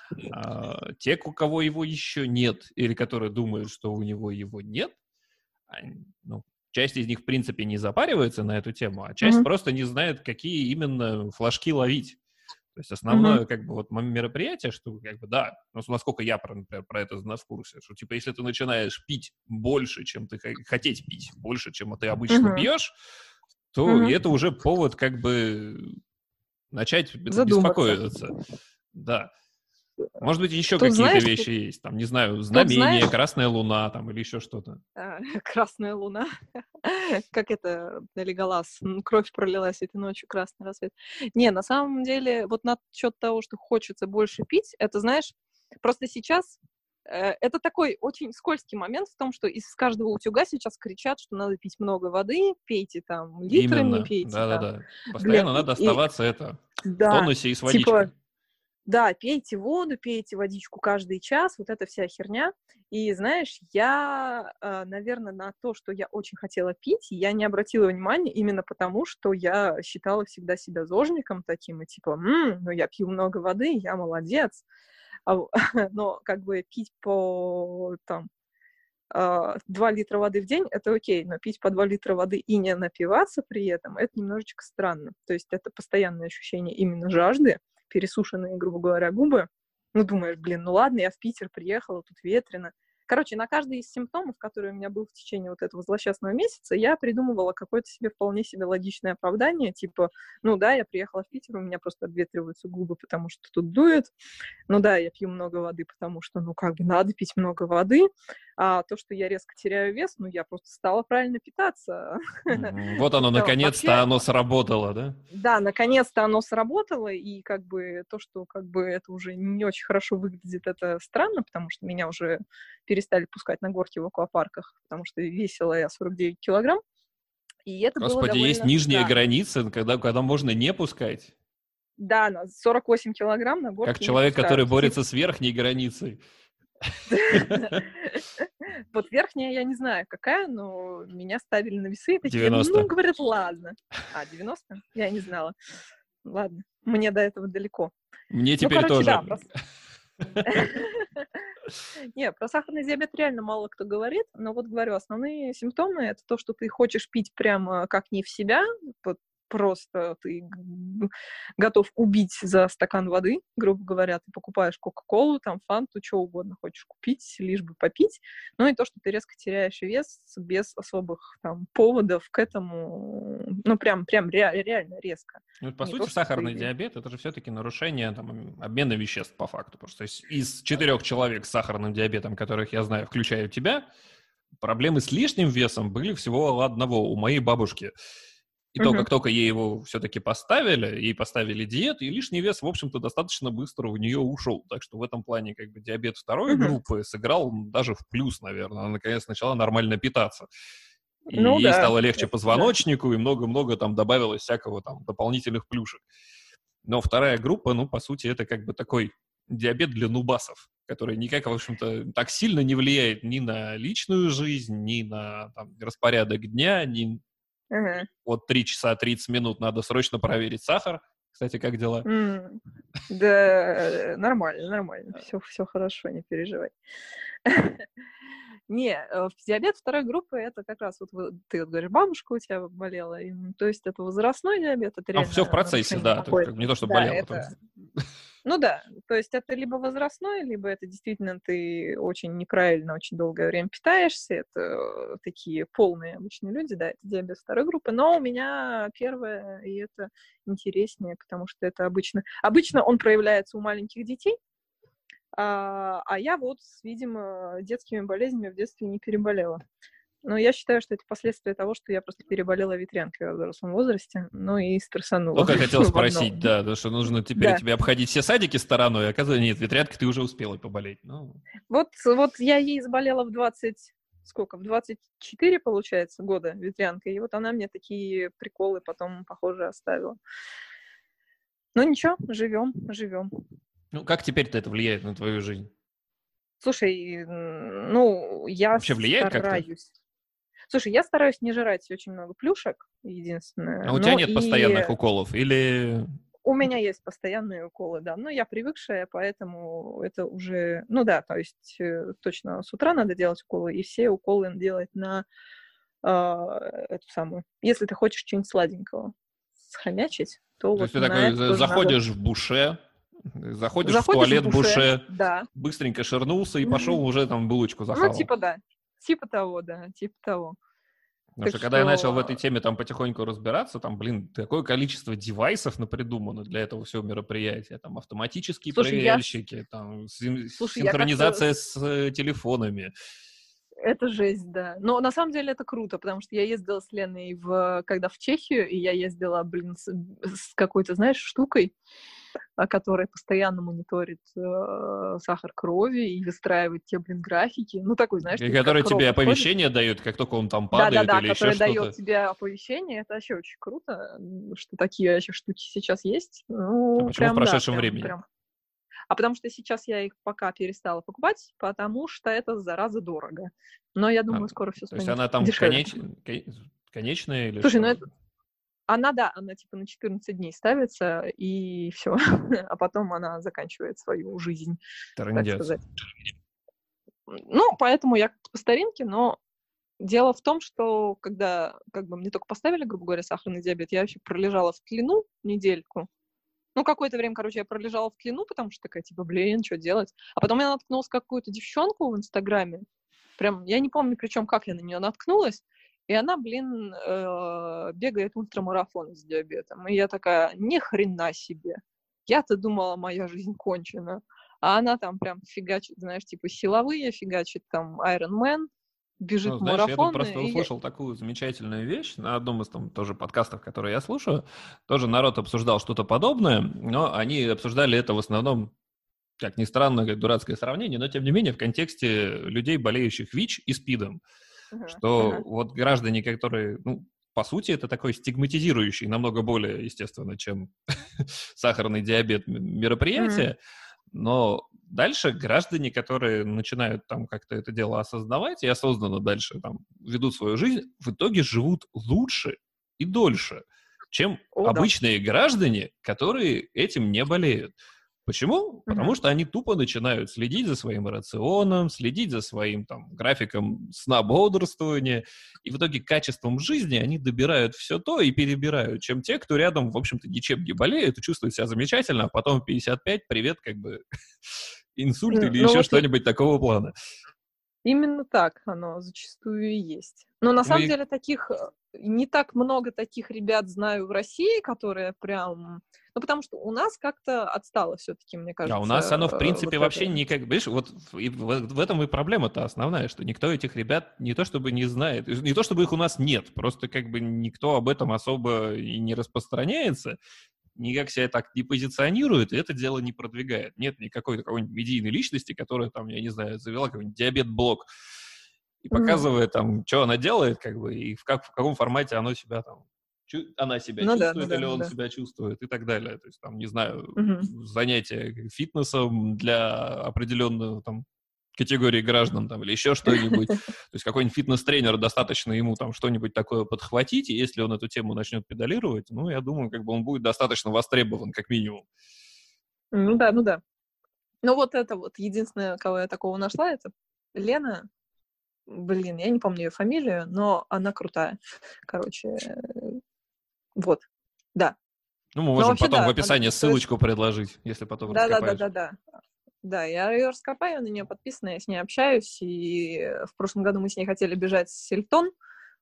Speaker 1: Те, у кого его еще нет, или которые думают, что у него его нет, ну, часть из них, в принципе, не запаривается на эту тему, а часть
Speaker 2: Мгм.
Speaker 1: просто не знает, какие именно флажки ловить. То есть
Speaker 2: Мгм.
Speaker 1: основное, как бы, вот мероприятие, что, как бы, да, ну, насколько я, например, про это знаю в курсе, что, типа, если ты начинаешь пить больше, чем ты хотеть пить, больше, чем ты обычно
Speaker 2: Мгм.
Speaker 1: пьешь, то
Speaker 2: Мгм.
Speaker 1: это уже повод, как бы, начать
Speaker 2: Задуматься.
Speaker 1: беспокоиться. Да. Может быть, еще
Speaker 2: Тут,
Speaker 1: какие-то
Speaker 2: знаешь,
Speaker 1: вещи есть, там, не знаю,
Speaker 2: тут, знаешь,
Speaker 1: знамения, красная луна, там, или еще что-то.
Speaker 2: красная луна, как это, Леголас, кровь пролилась этой ночью, красный рассвет. Не, на самом деле, вот насчет того, что хочется больше пить, это, знаешь, просто сейчас это такой очень скользкий момент в том, что из каждого утюга сейчас кричат, что надо пить много воды, пейте там литрами,
Speaker 1: Именно,
Speaker 2: пейте там.
Speaker 1: да-да-да.
Speaker 2: Блин,
Speaker 1: Постоянно надо
Speaker 2: и
Speaker 1: оставаться в
Speaker 2: да,
Speaker 1: тонусе и с
Speaker 2: типа,
Speaker 1: водичкой.
Speaker 2: да, пейте воду, пейте водичку каждый час, вот эта вся херня. И знаешь, я, наверное, на то, что я очень хотела пить, я не обратила внимания именно потому, что я считала всегда себя зожником таким, и типа, ну я пью много воды, я молодец. Но как бы пить по, там, 2 литра воды в день — это окей, но пить по 2 литра воды и не напиваться при этом — это немножечко странно. То есть это постоянное ощущение именно жажды, пересушенные, грубо говоря, губы. Ну, думаешь, блин, ну ладно, я в Питер приехала, тут ветрено. Короче, на каждый из симптомов, который у меня был в течение вот этого злосчастного месяца, я придумывала какое-то себе вполне себе логичное оправдание, типа, ну да, я приехала в Питер, у меня просто обветриваются губы, потому что тут дует. Ну да, я пью много воды, потому что, ну, как бы надо пить много воды. А то, что я резко теряю вес, ну, я просто стала правильно питаться.
Speaker 1: Вот оно, наконец-то
Speaker 2: Вообще,
Speaker 1: оно сработало, да?
Speaker 2: да, наконец-то оно сработало, и как бы то, что как бы это уже не очень хорошо выглядит, это странно, потому что меня уже перестали пускать на горки в аквапарках, потому что весила я 49 килограмм, и это было
Speaker 1: Господи, есть
Speaker 2: довольно
Speaker 1: нижняя
Speaker 2: странно.
Speaker 1: граница, когда можно не пускать.
Speaker 2: Да, на 48 килограмм на
Speaker 1: Как
Speaker 2: горки не
Speaker 1: человек, который
Speaker 2: пускают.
Speaker 1: борется с верхней границей.
Speaker 2: Вот верхняя я не знаю какая, но меня ставили на весы и такие, ну,
Speaker 1: 90.
Speaker 2: говорят, ладно. 90? Я не знала. Ладно, мне до этого далеко.
Speaker 1: Мне
Speaker 2: Ну,
Speaker 1: теперь
Speaker 2: короче, да,
Speaker 1: тоже.
Speaker 2: Не, про сахарный диабет реально мало кто говорит, но вот говорю, основные симптомы — это то, что ты хочешь пить прямо как не в себя, вот просто ты готов убить за стакан воды, грубо говоря, ты покупаешь Кока-Колу, там, Фанту, что угодно хочешь купить, лишь бы попить, ну и то, что ты резко теряешь вес без особых там поводов к этому, ну прям реально резко.
Speaker 1: Ну, по
Speaker 2: Не то,
Speaker 1: сути,
Speaker 2: что
Speaker 1: сахарный
Speaker 2: ты...
Speaker 1: диабет — это же все-таки нарушение там, обмена веществ по факту. Просто из 4 человек с сахарным диабетом, которых я знаю, включая тебя, проблемы с лишним весом были всего у одного, у моей бабушки. И то,
Speaker 2: Мгм.
Speaker 1: как только ей его все-таки поставили, ей поставили диету, и лишний вес, в общем-то, достаточно быстро у нее ушел. Так что в этом плане как бы диабет второй
Speaker 2: Мгм.
Speaker 1: группы сыграл даже в плюс, наверное. Она наконец начала нормально питаться. И
Speaker 2: Ну
Speaker 1: ей
Speaker 2: да,
Speaker 1: стало легче
Speaker 2: это да.
Speaker 1: позвоночнику, и много-много там добавилось всякого там дополнительных плюшек. Но вторая группа, ну, по сути, это как бы такой диабет для нубасов, который никак, в общем-то, так сильно не влияет ни на личную жизнь, ни на там, распорядок дня, ни
Speaker 2: Ага.
Speaker 1: вот 3 часа 30 минут надо срочно проверить сахар. Кстати, как дела?
Speaker 2: Да, нормально, нормально. Все хорошо, не переживай. Не, диабет второй группы — это как раз вот ты вот говоришь, бабушка у тебя болела, то есть это возрастной диабет, это
Speaker 1: Все в
Speaker 2: реально
Speaker 1: процессе,
Speaker 2: нарушение
Speaker 1: да, то есть
Speaker 2: покоя.
Speaker 1: как бы не то, что
Speaker 2: Да,
Speaker 1: болело.
Speaker 2: это... Ну да, то есть это либо возрастной, либо это действительно ты очень неправильно, очень долгое время питаешься, это такие полные обычные люди, да, это диабет второй группы, но у меня первое, и это интереснее, потому что это обычно он проявляется у маленьких детей, а я вот, видимо, детскими болезнями в детстве не переболела. Но я считаю, что это последствия того, что я просто переболела ветрянкой в взрослом возрасте, ну и стрессанула.
Speaker 1: Только хотел
Speaker 2: в одном.
Speaker 1: спросить, да, потому что нужно теперь
Speaker 2: Да.
Speaker 1: тебе обходить все садики стороной, а оказывается, нет, ветрянкой ты уже успела поболеть. Ну,
Speaker 2: Вот я ей заболела в 20, сколько, в 24, получается, года ветрянкой, и вот она мне такие приколы потом, похоже, оставила. Ну ничего, живем.
Speaker 1: ну, как теперь-то это влияет на твою жизнь?
Speaker 2: Слушай, ну, я
Speaker 1: Вообще влияет как-то?
Speaker 2: стараюсь. Слушай, я стараюсь не жрать очень много плюшек, единственное.
Speaker 1: А у тебя
Speaker 2: Ну
Speaker 1: нет постоянных
Speaker 2: и
Speaker 1: уколов? Или...
Speaker 2: у меня есть постоянные уколы, да. Но я привыкшая, поэтому это уже... Ну да, то есть точно с утра надо делать уколы, и все уколы делать на эту самую... Если ты хочешь что-нибудь сладенького схомячить, то
Speaker 1: То есть
Speaker 2: вот
Speaker 1: ты
Speaker 2: на
Speaker 1: такой
Speaker 2: это тоже надо.
Speaker 1: заходишь в буше, заходишь в
Speaker 2: Заходишь в
Speaker 1: туалет
Speaker 2: буфет,
Speaker 1: буше,
Speaker 2: да.
Speaker 1: быстренько ширнулся и пошел уже там булочку
Speaker 2: Ну,
Speaker 1: захавал.
Speaker 2: типа да. Типа того, да, типа того.
Speaker 1: Потому
Speaker 2: Так
Speaker 1: что когда я начал в этой
Speaker 2: что,
Speaker 1: теме там потихоньку разбираться, там, блин, такое количество девайсов напридумано для этого всего мероприятия. Там автоматические
Speaker 2: слушай,
Speaker 1: проверяльщики, там
Speaker 2: я как-то
Speaker 1: синхронизация с телефонами.
Speaker 2: это жесть, да. Но на самом деле это круто, потому что я ездила с Леной когда в Чехию, и я ездила, блин, с какой-то, знаешь, штукой, которая постоянно мониторит сахар крови и выстраивает те, блин, графики. Ну, такой, знаешь,
Speaker 1: И
Speaker 2: ты
Speaker 1: которые
Speaker 2: как
Speaker 1: тебе
Speaker 2: робот ходишь.
Speaker 1: оповещение дают, как только он там падает
Speaker 2: Да-да-да,
Speaker 1: или еще
Speaker 2: которая дает
Speaker 1: что-то.
Speaker 2: тебе оповещение. Это вообще очень круто, что такие вообще штуки сейчас есть.
Speaker 1: А
Speaker 2: Ну,
Speaker 1: почему в
Speaker 2: прям, да,
Speaker 1: прошедшем
Speaker 2: прям,
Speaker 1: времени?
Speaker 2: прям. А потому что сейчас я их пока перестала покупать, потому что это, зараза, дорого. Но я
Speaker 1: А,
Speaker 2: думаю, скоро все
Speaker 1: то есть
Speaker 2: станет
Speaker 1: она там
Speaker 2: дешевле.
Speaker 1: конечная или
Speaker 2: Слушай, ну
Speaker 1: что?
Speaker 2: это... она типа на 14 дней ставится, и все. А потом она заканчивает свою жизнь, так
Speaker 1: Трындец.
Speaker 2: сказать. Ну, поэтому я по старинке, но дело в том, что когда как бы мне только поставили, грубо говоря, сахарный диабет, я вообще пролежала в плену недельку. Ну, какое-то время, короче, я пролежала в плену, потому что такая, типа, блин, что делать? А потом я наткнулась на какую-то девчонку в Инстаграме. Прям, я не помню, причем, как я на нее наткнулась. И она, блин, бегает ультрамарафон с диабетом. И я такая, ни хрена себе. Я-то думала, моя жизнь кончена. А она там прям фигачит, знаешь, типа силовые, фигачит там Iron Man,
Speaker 1: Ну,
Speaker 2: бежит
Speaker 1: знаешь, я тут
Speaker 2: марафон.
Speaker 1: просто услышал такую замечательную вещь на одном из там тоже подкастов, которые я слушаю. Тоже народ обсуждал что-то подобное, но они обсуждали это в основном, как ни странно, как дурацкое сравнение, но тем не менее в контексте людей, болеющих ВИЧ и СПИДом.
Speaker 2: Ага,
Speaker 1: Что
Speaker 2: ага.
Speaker 1: вот граждане, которые, ну, по сути, это такой стигматизирующий, намного более, естественно, чем сахарный диабет
Speaker 2: Мгм.
Speaker 1: мероприятие, но дальше граждане, которые начинают там как-то это дело осознавать и осознанно дальше там ведут свою жизнь, в итоге живут лучше и дольше, чем
Speaker 2: О, да.
Speaker 1: обычные граждане, которые этим не болеют. Почему? Потому
Speaker 2: Мгм.
Speaker 1: что они тупо начинают следить за своим рационом, следить за своим там графиком сна, бодрствования, и в итоге качеством жизни они добирают все то и перебирают, чем те, кто рядом, в общем-то, ничем не болеет и чувствует себя замечательно, а потом в 55 привет, как бы инсульт или
Speaker 2: Ну
Speaker 1: еще
Speaker 2: вот
Speaker 1: что-нибудь такого плана.
Speaker 2: именно так оно зачастую и есть. Но на
Speaker 1: Ну
Speaker 2: самом
Speaker 1: и
Speaker 2: деле не так много таких ребят знаю в России, которые прям... Ну, потому что у нас как-то отстало все-таки, мне
Speaker 1: а у
Speaker 2: кажется,
Speaker 1: нас оно, в принципе,
Speaker 2: вот
Speaker 1: вообще
Speaker 2: это.
Speaker 1: никак... Видишь, вот в этом и проблема-то основная, что никто этих ребят не то чтобы не знает, не то чтобы их у нас нет, просто как бы никто об этом особо и не распространяется, никак себя так не позиционирует, и это дело не продвигает. Нет никакой какой-нибудь медийной личности, которая там, я не знаю, завела какой-нибудь диабет-блог и
Speaker 2: Мгм.
Speaker 1: показывает там, что она делает, как бы, и в каком формате оно себя там она себя
Speaker 2: Ну да, ну
Speaker 1: чувствует
Speaker 2: да,
Speaker 1: или
Speaker 2: ну
Speaker 1: он
Speaker 2: да.
Speaker 1: себя чувствует и так далее. То есть там, не знаю,
Speaker 2: Мгм.
Speaker 1: занятия фитнесом для определенного там категории граждан там или еще что-нибудь. То есть какой-нибудь фитнес-тренер достаточно ему там что-нибудь такое подхватить, и если он эту тему начнет педалировать, ну, я думаю, как бы он будет достаточно востребован, как минимум.
Speaker 2: Ну да, ну да. Ну вот это вот единственное, кого я такого нашла, это Лена. Блин, я не помню ее фамилию, но она крутая. Короче, вот. Да.
Speaker 1: Ну, мы
Speaker 2: Но
Speaker 1: можем
Speaker 2: вообще,
Speaker 1: потом в
Speaker 2: да, надо
Speaker 1: описании
Speaker 2: стоит...
Speaker 1: ссылочку предложить, если потом раскопаешь.
Speaker 2: Да-да-да-да-да. Да, я ее раскопаю, на нее подписана, я с ней общаюсь, и в прошлом году мы с ней хотели бежать в Сильтон,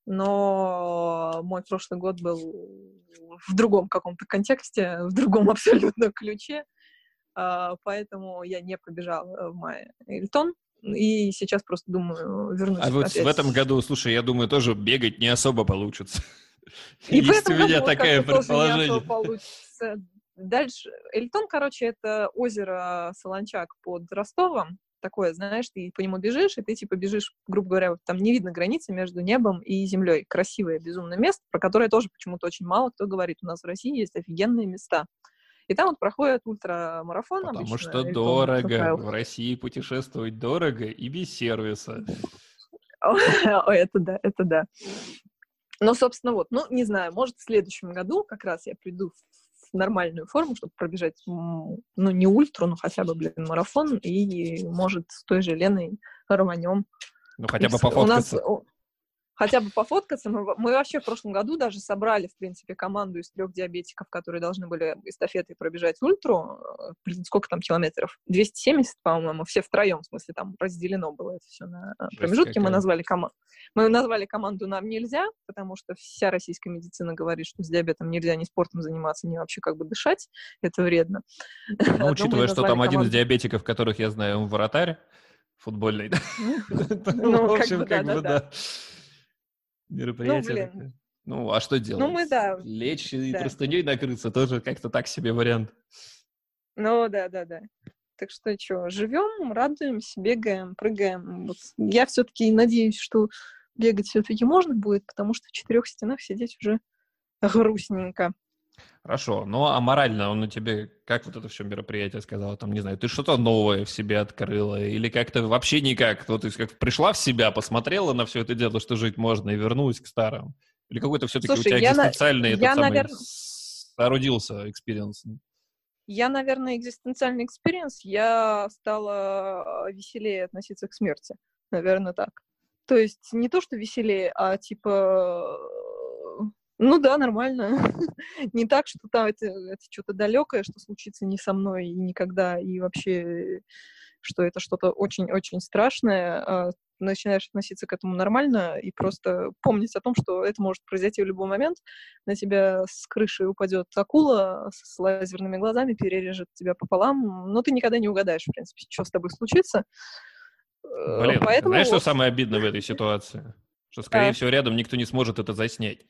Speaker 2: но мой прошлый год был в другом каком-то контексте, в другом абсолютно ключе, поэтому я не побежала в мае Ильтон. И сейчас просто думаю вернуть
Speaker 1: А вот
Speaker 2: опять.
Speaker 1: в этом году, слушай, я думаю, тоже бегать не особо получится.
Speaker 2: И в
Speaker 1: Есть у
Speaker 2: этом
Speaker 1: меня
Speaker 2: году вот
Speaker 1: такое
Speaker 2: как-то тоже не особо
Speaker 1: предположение.
Speaker 2: получится. Дальше. Эльтон, короче, это озеро Солончак под Ростовом. Такое, знаешь, ты по нему бежишь, и ты типа бежишь, грубо говоря, вот там не видно границы между небом и землей. Красивое, безумное место, про которое тоже почему-то очень мало кто говорит. У нас в России есть офигенные места. И там вот проходит ультрамарафон
Speaker 1: Потому
Speaker 2: обычно,
Speaker 1: что
Speaker 2: Эльтон
Speaker 1: дорого.
Speaker 2: Ультра-Трайл.
Speaker 1: В России путешествовать дорого и без сервиса.
Speaker 2: Это да, это да. Но, собственно, вот, ну, не знаю, может, в следующем году как раз я приду в нормальную форму, чтобы пробежать, ну, не ультру, но хотя бы, блин, марафон, и, может, с той же Леной рванем.
Speaker 1: Ну, хотя бы
Speaker 2: У нас
Speaker 1: пофоткаться.
Speaker 2: хотя бы пофоткаться. Мы вообще в прошлом году даже собрали, в принципе, команду из 3 диабетиков, которые должны были эстафетой пробежать ультру. Блин, сколько там километров? 270, по-моему, все втроем, в смысле, там разделено было это все на промежутки. Мы назвали команду «Нам нельзя», потому что вся российская медицина говорит, что с диабетом нельзя ни спортом заниматься, ни вообще как бы дышать. Это вредно.
Speaker 1: Ну, учитывая, что там один из диабетиков, которых я знаю, он вратарь футбольный.
Speaker 2: Ну,
Speaker 1: В общем, как бы,
Speaker 2: да.
Speaker 1: да.
Speaker 2: Ну,
Speaker 1: Мероприятие
Speaker 2: блин.
Speaker 1: такое. Ну, а что
Speaker 2: Ну,
Speaker 1: делать?
Speaker 2: мы, да.
Speaker 1: Лечь и
Speaker 2: Да.
Speaker 1: простыней накрыться тоже как-то так себе вариант.
Speaker 2: Ну, да. Так что, живем, радуемся, бегаем, прыгаем. Вот. Я все-таки надеюсь, что бегать все-таки можно будет, потому что в 4 стенах сидеть уже грустненько.
Speaker 1: Хорошо, ну а морально он на тебе, как вот это все мероприятие сказала, там, не знаю, ты что-то новое в себе открыла, или как-то вообще никак, то есть как пришла в себя, посмотрела на все это дело, что жить можно, и вернулась к старому? Или какой-то все-таки у
Speaker 2: Слушай,
Speaker 1: тебя экзистенциальный этот самый
Speaker 2: наверное,
Speaker 1: соорудился экспириенс?
Speaker 2: наверное, экзистенциальный экспириенс, я стала веселее относиться к смерти. Наверное, так. То есть не то, что веселее, а типа, ну да, нормально. Не так, что там это что-то далекое, что случится не со мной и никогда, и вообще, что это что-то очень-очень страшное. Начинаешь относиться к этому нормально и просто помнить о том, что это может произойти в любой момент. На тебя с крыши упадет акула с лазерными глазами, перережет тебя пополам, но ты никогда не угадаешь, в принципе, что с тобой случится.
Speaker 1: Блин,
Speaker 2: Поэтому
Speaker 1: знаешь, что
Speaker 2: вот.
Speaker 1: самое обидное в этой ситуации? Что, скорее всего, рядом никто не сможет это заснять.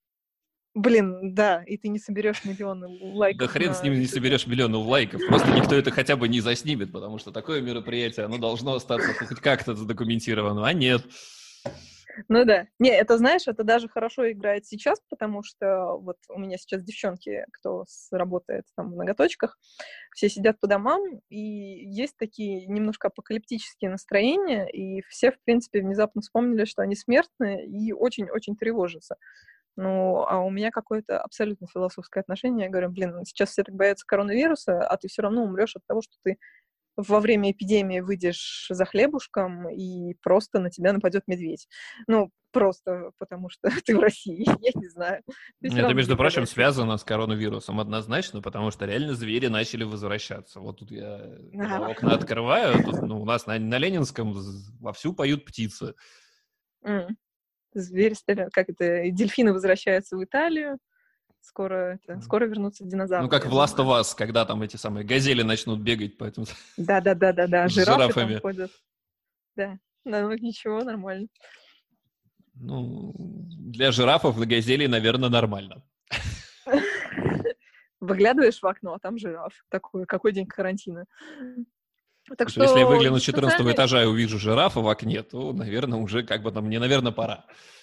Speaker 2: Блин, да, и ты не соберешь миллионы лайков.
Speaker 1: Да хрен с
Speaker 2: на
Speaker 1: ними не
Speaker 2: Ютубе.
Speaker 1: соберешь миллионов лайков, просто никто это хотя бы не заснимет, потому что такое мероприятие, оно должно остаться хоть как-то задокументировано, а нет.
Speaker 2: Ну да. Не, это, знаешь, это даже хорошо играет сейчас, потому что вот у меня сейчас девчонки, кто работает там в ноготочках, все сидят по домам, и есть такие немножко апокалиптические настроения, и все, в принципе, внезапно вспомнили, что они смертны, и очень-очень тревожатся. Ну, а у меня какое-то абсолютно философское отношение. Я говорю, блин, сейчас все так боятся коронавируса, а ты все равно умрешь от того, что ты во время эпидемии выйдешь за хлебушком, и просто на тебя нападет медведь. Ну, просто потому что ты в России, я не знаю. Ты все
Speaker 1: Это,
Speaker 2: равно не
Speaker 1: между прочим,
Speaker 2: угадаешь.
Speaker 1: связано с коронавирусом однозначно, потому что реально звери начали возвращаться. Вот тут я, когда окна открываю, тут, ну, у нас на Ленинском вовсю поют птицы.
Speaker 2: Звери стали, как это, и дельфины возвращаются в Италию. Скоро вернутся динозавры.
Speaker 1: Ну, как в Last of Us, когда там эти самые газели начнут бегать по этим
Speaker 2: Да,
Speaker 1: с
Speaker 2: жирафы
Speaker 1: жирафами.
Speaker 2: там ходят. Да, ну ничего, нормально.
Speaker 1: Ну, для жирафов и газелей, наверное, нормально.
Speaker 2: Выглядываешь в окно, а там жираф. Такой, какой день карантина. Так что,
Speaker 1: Если я выгляну с 14 этажа и увижу жирафа в окне, то, наверное, уже как бы там, мне, наверное, пора.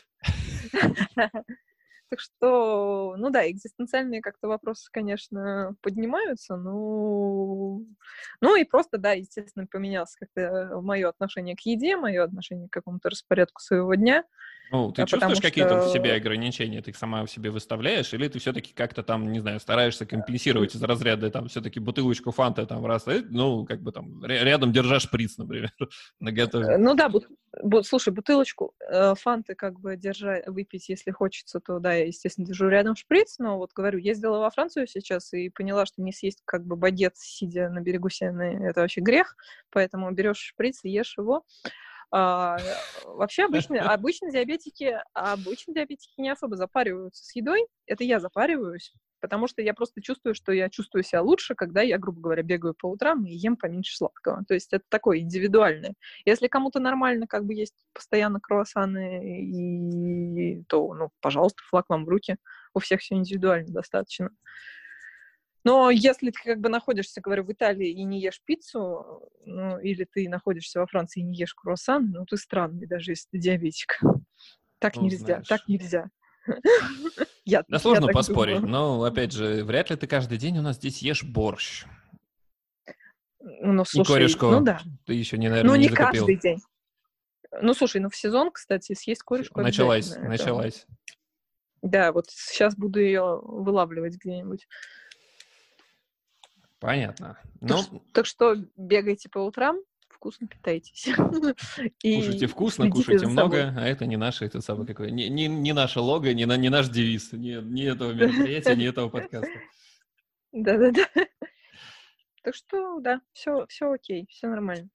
Speaker 2: Так что, ну да, экзистенциальные как-то вопросы, конечно, поднимаются, но... Ну и просто, да, естественно, поменялось как-то мое отношение к еде, мое отношение к какому-то распорядку своего дня.
Speaker 1: Ну, ты чувствуешь какие-то в себе ограничения? Ты их сама в себе выставляешь? Или ты все-таки как-то там, не знаю, стараешься компенсировать из разряда, там, все-таки бутылочку фанты там раз, ну, как бы там, рядом держа шприц, например, наготове?
Speaker 2: Ну да, слушай, бутылочку фанты как бы выпить, если хочется, то да, я, естественно, держу рядом шприц, но вот говорю, ездила во Францию сейчас и поняла, что не съесть как бы багет, сидя на берегу Сены, это вообще грех, поэтому берешь шприц и ешь его. Вообще обычно диабетики не особо запариваются с едой. Это я запариваюсь, Потому что я просто чувствую, что я чувствую себя лучше, когда я, грубо говоря, бегаю по утрам и ем поменьше сладкого. То есть это такое индивидуальное. Если кому-то нормально как бы есть постоянно круассаны, то, ну, пожалуйста, флаг вам в руки. У всех все индивидуально достаточно. Но если ты как бы находишься, говорю, в Италии и не ешь пиццу, ну, или ты находишься во Франции и не ешь круассан, ну, ты странный, даже если ты диабетик. Так
Speaker 1: Ну,
Speaker 2: нельзя, так
Speaker 1: знаешь.
Speaker 2: нельзя.
Speaker 1: Да сложно
Speaker 2: так
Speaker 1: поспорить,
Speaker 2: думаю.
Speaker 1: но, опять же, вряд ли ты каждый день у нас здесь ешь борщ.
Speaker 2: Ну,
Speaker 1: И
Speaker 2: слушай, ну
Speaker 1: корешку
Speaker 2: да.
Speaker 1: ты еще,
Speaker 2: Ну,
Speaker 1: наверное, не
Speaker 2: не
Speaker 1: закупил.
Speaker 2: каждый день. Ну, слушай, ну в сезон, кстати, съесть корешку обязательно.
Speaker 1: Началась.
Speaker 2: Да, вот сейчас буду ее вылавливать где-нибудь.
Speaker 1: Понятно.
Speaker 2: Так,
Speaker 1: Ну,
Speaker 2: так что бегайте по утрам, вкусно питайтесь.
Speaker 1: кушайте
Speaker 2: И
Speaker 1: вкусно,
Speaker 2: следите
Speaker 1: кушайте
Speaker 2: за собой.
Speaker 1: много, а это не наше, это самое какое. Не наше лого, не наш девиз, не этого мероприятия, не этого подкаста.
Speaker 2: Да-да-да. Так что, да, все окей, все нормально.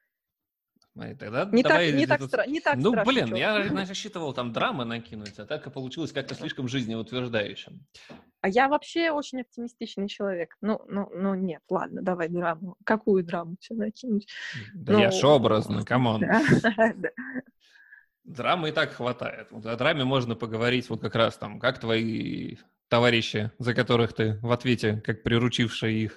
Speaker 1: Тогда
Speaker 2: Не так,
Speaker 1: давай...
Speaker 2: не так, не так
Speaker 1: Ну,
Speaker 2: страшно
Speaker 1: блин,
Speaker 2: черно.
Speaker 1: я рассчитывал там драмы накинуть, а так и получилось как-то слишком жизнеутверждающим.
Speaker 2: А я вообще очень оптимистичный человек. Ну, нет, ладно, давай драму. Какую драму тебе накинуть?
Speaker 1: Да я ж
Speaker 2: Ну,
Speaker 1: образно, камон.
Speaker 2: да.
Speaker 1: Драмы и так хватает. Вот о драме можно поговорить вот как раз там, как твои товарищи, за которых ты в ответе, как приручивший их,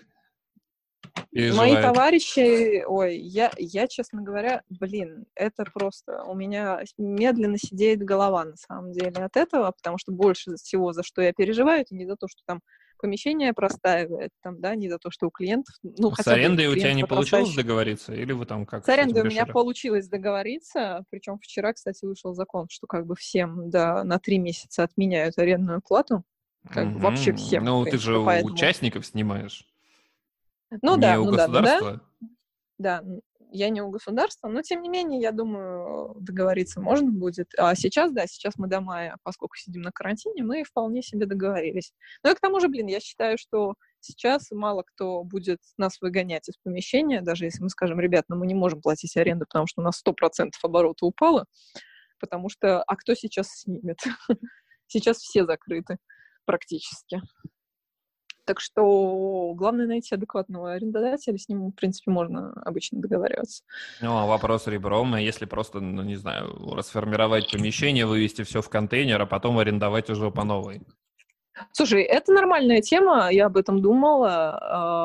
Speaker 2: Мои
Speaker 1: переживают.
Speaker 2: товарищи, ой, я, честно говоря, блин, это просто у меня медленно сидеет голова на самом деле от этого, потому что больше всего, за что я переживаю, это не за то, что там помещение простаивает, там, да, не за то, что у клиентов, ну,
Speaker 1: С
Speaker 2: хотя бы у
Speaker 1: арендой у тебя не
Speaker 2: клиентов
Speaker 1: получилось
Speaker 2: отрастающих.
Speaker 1: договориться? Или вы там как
Speaker 2: С
Speaker 1: с этим
Speaker 2: арендой у меня
Speaker 1: решили?
Speaker 2: получилось договориться, причем вчера, кстати, вышел закон, что как бы всем, да, на 3 месяца отменяют арендную плату, как бы вообще
Speaker 1: Мгм.
Speaker 2: всем, в
Speaker 1: Ну, ты же
Speaker 2: принципе,
Speaker 1: у
Speaker 2: поэтому...
Speaker 1: участников снимаешь,
Speaker 2: Ну
Speaker 1: не
Speaker 2: да,
Speaker 1: у
Speaker 2: ну да, ну да.
Speaker 1: государства.
Speaker 2: Да, я не у государства, но тем не менее, я думаю, договориться можно будет. А сейчас, да, сейчас мы до мая, поскольку сидим на карантине, мы вполне себе договорились. Ну и к тому же, блин, я считаю, что сейчас мало кто будет нас выгонять из помещения, даже если мы скажем, ребят, ну мы не можем платить аренду, потому что у нас 100% оборота упало, потому что, а кто сейчас снимет? Сейчас все закрыты практически. Так что главное найти адекватного арендодателя, с ним, в принципе, можно обычно договариваться.
Speaker 1: Ну, а вопрос ребром, а если просто, ну, не знаю, расформировать помещение, вывести все в контейнер, а потом арендовать уже по новой?
Speaker 2: Слушай, это нормальная тема, я об этом думала,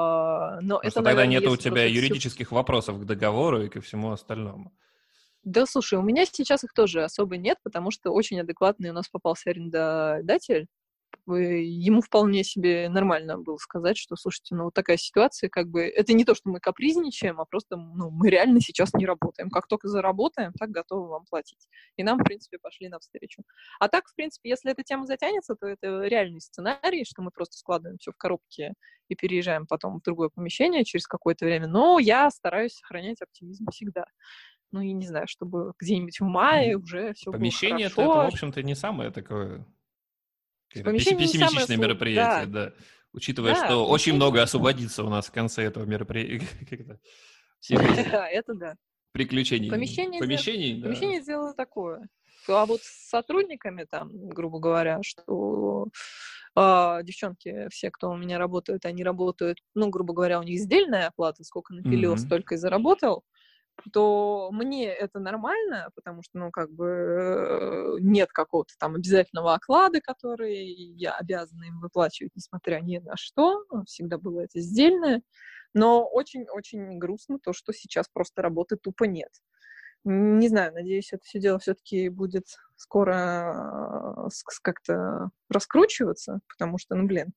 Speaker 2: но
Speaker 1: Потому
Speaker 2: это,
Speaker 1: что тогда
Speaker 2: наверное,
Speaker 1: нет у
Speaker 2: если
Speaker 1: тебя
Speaker 2: просто всю...
Speaker 1: юридических вопросов к договору и ко всему остальному.
Speaker 2: Да, слушай, у меня сейчас их тоже особо нет, потому что очень адекватный у нас попался арендодатель. Ему вполне себе нормально было сказать, что, слушайте, ну вот такая ситуация, как бы, это не то, что мы капризничаем, а просто, ну, мы реально сейчас не работаем. Как только заработаем, так готовы вам платить. И нам, в принципе, пошли навстречу. А так, в принципе, если эта тема затянется, то это реальный сценарий, что мы просто складываем все в коробки и переезжаем потом в другое помещение через какое-то время. Но я стараюсь сохранять оптимизм всегда. Ну, я не знаю, чтобы где-нибудь в мае уже все было
Speaker 1: Помещение-то это, в
Speaker 2: хорошо.
Speaker 1: общем-то, не самое такое
Speaker 2: Помещение не самое
Speaker 1: пессимистичное
Speaker 2: сложное.
Speaker 1: мероприятие,
Speaker 2: Да,
Speaker 1: да. Учитывая,
Speaker 2: да,
Speaker 1: что очень
Speaker 2: помещение...
Speaker 1: много освободится у нас в конце этого мероприятия, всех этих
Speaker 2: Это да.
Speaker 1: приключений. Помещений, да.
Speaker 2: Помещение сделало такое. А вот с сотрудниками там, грубо говоря, что девчонки, все, кто у меня работают, они работают, ну, грубо говоря, у них сдельная оплата, сколько напилил,
Speaker 1: Мгм.
Speaker 2: столько и заработал, то мне это нормально, потому что, ну, как бы нет какого-то там обязательного оклада, который я обязана им выплачивать, несмотря ни на что. Всегда было это сдельное. Но очень-очень грустно то, что сейчас просто работы тупо нет. Не знаю, надеюсь, это все дело все-таки будет скоро как-то раскручиваться, потому что, ну, блин,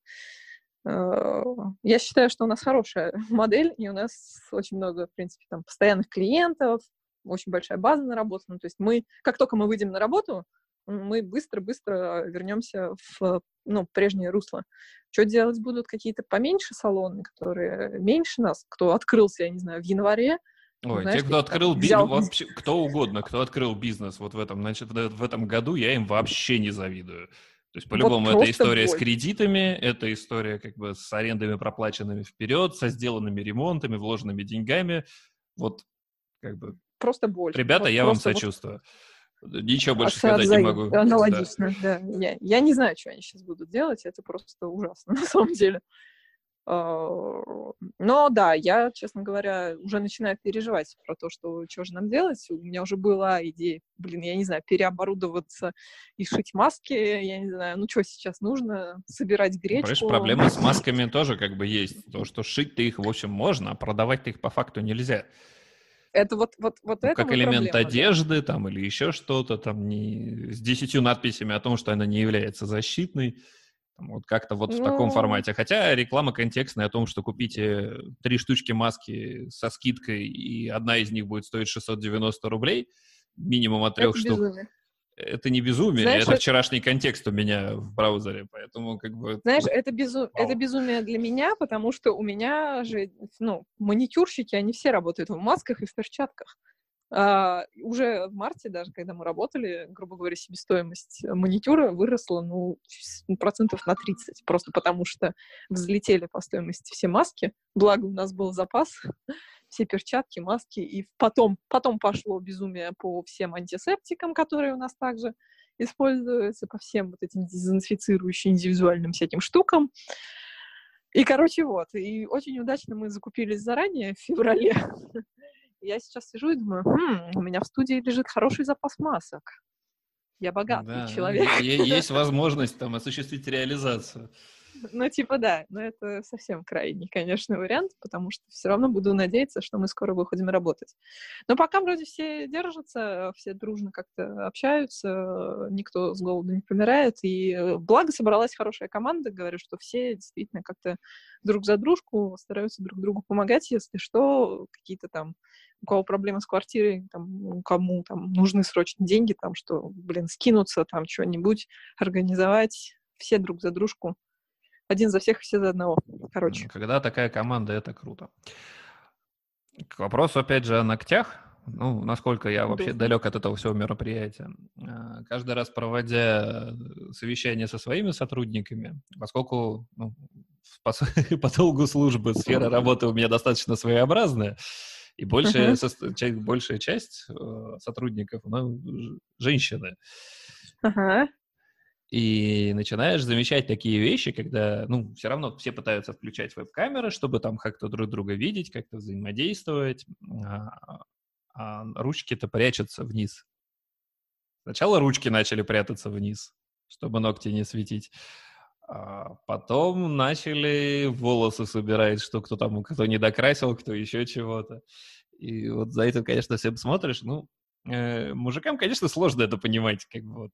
Speaker 2: я считаю, что у нас хорошая модель, и у нас очень много, в принципе, там, постоянных клиентов, очень большая база наработана. То есть мы, как только мы выйдем на работу, мы быстро-быстро вернемся в, ну, прежнее русло. Что делать будут какие-то поменьше салоны, которые меньше нас, кто открылся, я не знаю, в январе, ну,
Speaker 1: Ой, те,
Speaker 2: знаешь,
Speaker 1: кто
Speaker 2: такие там
Speaker 1: открыл
Speaker 2: взял...
Speaker 1: вообще кто угодно, кто открыл бизнес вот в этом, значит, в этом году, я им вообще не завидую. То есть,
Speaker 2: Вот
Speaker 1: по-любому, это
Speaker 2: просто
Speaker 1: история с
Speaker 2: боль.
Speaker 1: кредитами, это история как бы с арендами, проплаченными вперед, со сделанными ремонтами, вложенными деньгами. Вот, как бы,
Speaker 2: Просто боль.
Speaker 1: ребята,
Speaker 2: Вот
Speaker 1: я вам
Speaker 2: просто вот
Speaker 1: сочувствую. Ничего больше сказать не могу.
Speaker 2: Аналогично, да. Я не знаю, что они сейчас будут делать, это просто ужасно, на самом деле. Но да, я, честно говоря, уже начинаю переживать про то, что же нам делать. У меня уже была идея, я не знаю, переоборудоваться и шить маски, я не знаю, что сейчас нужно, собирать
Speaker 1: Понимаешь,
Speaker 2: гречку.
Speaker 1: проблемы с масками тоже как бы есть. То, что шить-то их, в общем, можно, а продавать-то их по факту нельзя.
Speaker 2: Это вот это
Speaker 1: Как
Speaker 2: и
Speaker 1: элемент
Speaker 2: проблема,
Speaker 1: одежды там или еще что-то там не... с 10 надписями о том, что она не является защитной. Вот как-то вот в таком формате. Хотя реклама контекстная о том, что купите 3 штучки маски со скидкой, и одна из них будет стоить 690 рублей, минимум от 3
Speaker 2: это
Speaker 1: штук.
Speaker 2: безумие.
Speaker 1: Это не безумие,
Speaker 2: Знаешь,
Speaker 1: это вчерашний контекст у меня в браузере, поэтому как бы...
Speaker 2: Знаешь, это безумие для меня, потому что у меня же, маникюрщики, они все работают в масках и в перчатках. Уже в марте даже, когда мы работали, грубо говоря, себестоимость маникюра выросла, процентов на 30, просто потому что взлетели по стоимости все маски, благо у нас был запас, все перчатки, маски, и потом пошло безумие по всем антисептикам, которые у нас также используются, по всем вот этим дезинфицирующим индивидуальным всяким штукам. И, и очень удачно мы закупились заранее в феврале. Я сейчас сижу и думаю, у меня в студии лежит хороший запас масок. Я богатый человек.
Speaker 1: Есть возможность там осуществить реализацию.
Speaker 2: Да, но это совсем крайний, конечно, вариант, потому что все равно буду надеяться, что мы скоро выходим работать. Но пока вроде все держатся, все дружно как-то общаются, никто с голоду не помирает, и благо собралась хорошая команда, говорю, что все действительно как-то друг за дружку стараются друг другу помогать, если что, какие-то там у кого проблемы с квартирой, там, кому там нужны срочно деньги, там, что, скинуться, там, что-нибудь организовать, все друг за дружку. Один за всех, все за одного.
Speaker 1: Когда такая команда, это круто. К вопросу, опять же, о ногтях. Насколько я вообще далек от этого всего мероприятия. Каждый раз, проводя совещание со своими сотрудниками, поскольку по долгу службы сфера работы у меня достаточно своеобразная, и большая часть сотрудников, женщины. И начинаешь замечать такие вещи, когда, все равно все пытаются включать веб-камеры, чтобы там как-то друг друга видеть, как-то взаимодействовать, а ручки-то прячутся вниз. Сначала ручки начали прятаться вниз, чтобы ногти не светить. А потом начали волосы собирать, что кто не докрасил, кто еще чего-то. И вот за это, конечно, всем смотришь. Мужикам, конечно, сложно это понимать,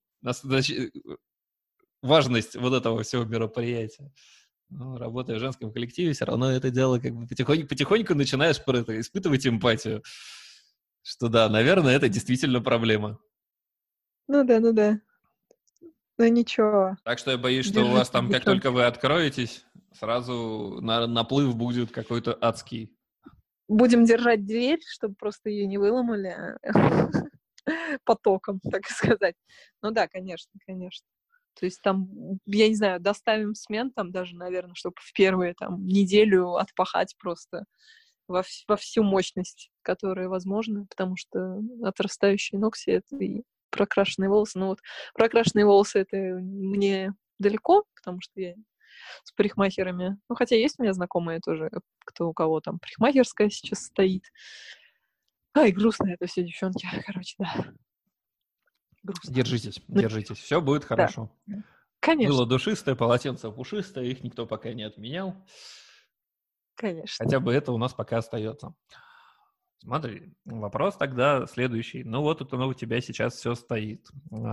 Speaker 1: важность вот этого всего мероприятия. Работая в женском коллективе, все равно это дело потихоньку начинаешь испытывать эмпатию. Что да, наверное, это действительно проблема.
Speaker 2: Ну да. Ну ничего.
Speaker 1: Так что я боюсь, что у вас там, как только вы откроетесь, сразу наплыв будет какой-то адский.
Speaker 2: Будем держать дверь, чтобы просто ее не выломали потоком, так сказать. Ну да, конечно. То есть там, я не знаю, доставим смен там даже, наверное, чтобы в первую неделю отпахать просто во всю мощность, которая возможна, потому что отрастающие ногти — это и прокрашенные волосы. Прокрашенные волосы — это мне далеко, потому что я с парикмахерами. Хотя есть у меня знакомые тоже, у кого там парикмахерская сейчас стоит. Ай, грустно это все, девчонки. Да. Грустно.
Speaker 1: Держитесь. Все будет хорошо.
Speaker 2: Да. Конечно.
Speaker 1: Было душистое, полотенце пушистое, их никто пока не отменял.
Speaker 2: Конечно.
Speaker 1: Хотя бы это у нас пока остается. Смотри, вопрос тогда следующий. Это у тебя сейчас все стоит.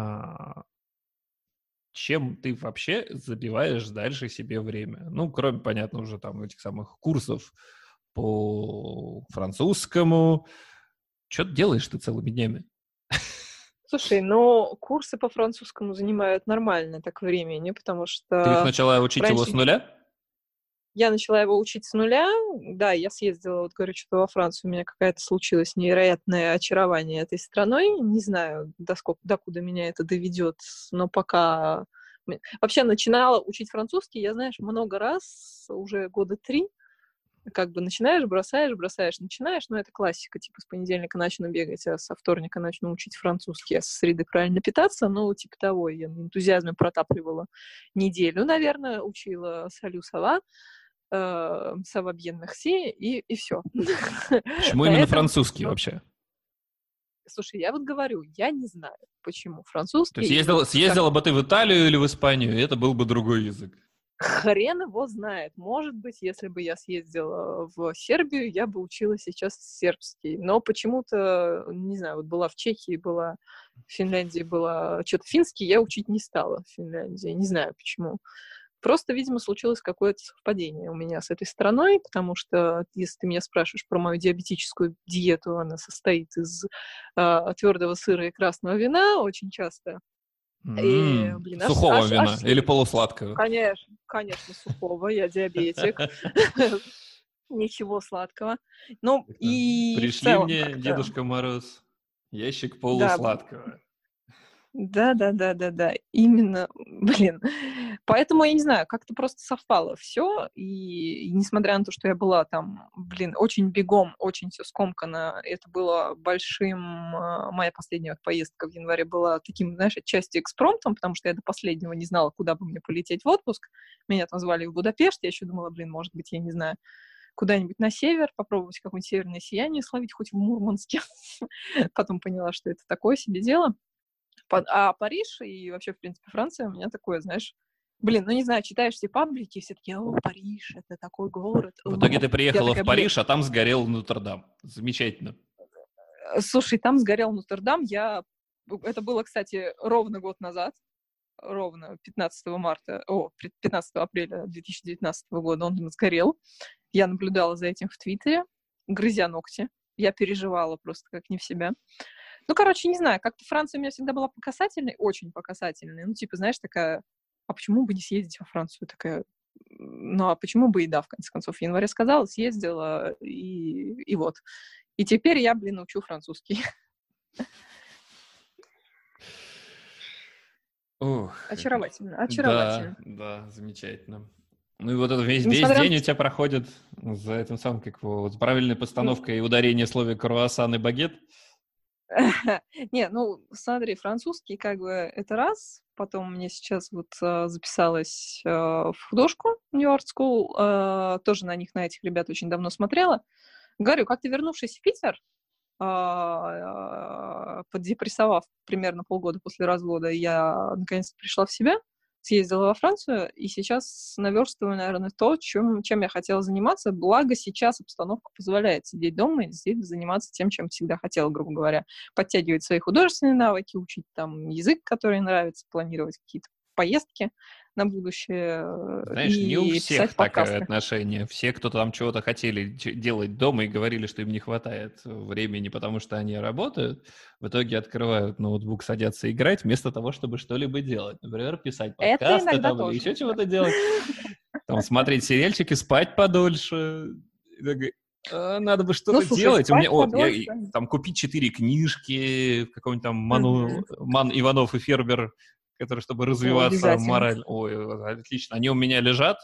Speaker 1: Чем ты вообще забиваешь дальше себе время? Кроме, понятно, уже этих самых курсов по французскому. Что ты делаешь ты целыми днями?
Speaker 2: Слушай, курсы по французскому занимают нормально так времени, потому что...
Speaker 1: Ты их начала учить его с нуля?
Speaker 2: Я начала его учить с нуля. Да, я съездила, говорю, что во Францию. У меня какая-то случилось невероятное очарование этой страной. Не знаю, докуда меня это доведет, но пока... Вообще начинала учить французский, я, много раз, уже года 3, как бы начинаешь, бросаешь, начинаешь, это классика, типа с понедельника начну бегать, а со вторника начну учить французский, а со среды правильно питаться, типа того, я на энтузиазме протапливала неделю, наверное, учила салю сова, сава бьен мерси, и все.
Speaker 1: Почему
Speaker 2: На
Speaker 1: именно
Speaker 2: этом,
Speaker 1: французский вообще?
Speaker 2: слушай, я вот говорю, я не знаю, почему
Speaker 1: То есть
Speaker 2: французский,
Speaker 1: съездила бы ты в Италию или в Испанию, и это был бы другой язык.
Speaker 2: хрен его знает. Может быть, если бы я съездила в Сербию, я бы учила сейчас сербский. Но почему-то, не знаю, вот была в Чехии, была в Финляндии, была что-то финский, я учить не стала в Финляндии. Не знаю почему. Просто, видимо, случилось какое-то совпадение у меня с этой страной, потому что, если ты меня спрашиваешь про мою диабетическую диету, она состоит из твердого сыра и красного вина очень часто. И, блин,
Speaker 1: Сухого
Speaker 2: аж
Speaker 1: вина или полусладкого?
Speaker 2: конечно, сухого, я диабетик. Ничего сладкого. И в
Speaker 1: Пришли
Speaker 2: целом
Speaker 1: мне,
Speaker 2: как-то,
Speaker 1: Дедушка Мороз, ящик
Speaker 2: да,
Speaker 1: полусладкого.
Speaker 2: да, именно, блин. Поэтому, я не знаю, как-то просто совпало все, и несмотря на то, что я была там, блин, очень бегом, очень все скомкано, это было большим, моя последняя вот поездка в январе была таким, знаешь, отчасти экспромтом, потому что я до последнего не знала, куда бы мне полететь в отпуск. Меня там звали в Будапешт, я еще думала, блин, может быть, я не знаю, куда-нибудь на север, попробовать какое-нибудь северное сияние словить, хоть в Мурманске. Потом поняла, что это такое себе дело. А Париж и вообще, в принципе, Франция у меня такое, знаешь, блин, не знаю, читаешь все паблики, все такие, о, Париж, это такой город.
Speaker 1: В итоге ты
Speaker 2: Я
Speaker 1: приехала в
Speaker 2: такая, блин,
Speaker 1: Париж, а там сгорел Нотр-Дам. Замечательно.
Speaker 2: слушай, там сгорел Нотр-Дам, это было, кстати, ровно год назад, ровно 15 апреля 2019 года он сгорел. Я наблюдала за этим в Твиттере, грызя ногти. Я переживала просто как не в себя. Короче, не знаю, как-то Франция у меня всегда была показательной, очень показательной. Типа, знаешь, такая, а почему бы не съездить во Францию? Такая, а почему бы и да, в конце концов. В январе сказала, съездила, и вот. И теперь я, блин, учу французский.
Speaker 1: Ух,
Speaker 2: Очаровательно.
Speaker 1: да, замечательно. И вот это весь
Speaker 2: Несмотря на
Speaker 1: день
Speaker 2: то,
Speaker 1: у тебя проходит за этим самым, как его, вот правильной постановкой и ударение в слове круассан и багет.
Speaker 2: Не, смотри, французский как бы это раз, потом мне сейчас вот записалась в художку New Art School, тоже на этих ребят очень давно смотрела. Говорю, как-то вернувшись в Питер, поддепрессовав примерно полгода после развода, я наконец-то пришла в себя, съездила во Францию, и сейчас наверстываю, наверное, то, чем я хотела заниматься. Благо сейчас обстановка позволяет сидеть дома и действительно заниматься тем, чем всегда хотела, грубо говоря. Подтягивать свои художественные навыки, учить там язык, который нравится, планировать какие-то поездки на будущее
Speaker 1: Знаешь, не у
Speaker 2: и
Speaker 1: всех
Speaker 2: писать
Speaker 1: такое
Speaker 2: подкасты.
Speaker 1: отношение. Все, кто там чего-то хотели делать дома и говорили, что им не хватает времени, потому что они работают, в итоге открывают ноутбук, садятся играть, вместо того, чтобы что-либо делать. Например, писать
Speaker 2: Это
Speaker 1: подкасты
Speaker 2: иногда
Speaker 1: там или
Speaker 2: тоже.
Speaker 1: еще чего-то делать. Там смотреть сериальчики, спать подольше. Надо бы что-то
Speaker 2: Слушай,
Speaker 1: делать. У меня,
Speaker 2: спать подольше.
Speaker 1: там купить 4 книжки, какой-нибудь там
Speaker 2: Мгм.
Speaker 1: Ман, Иванов и Фербер, который, чтобы
Speaker 2: О,
Speaker 1: развиваться
Speaker 2: обязательно.
Speaker 1: мораль. Ой, отлично. Они у меня лежат.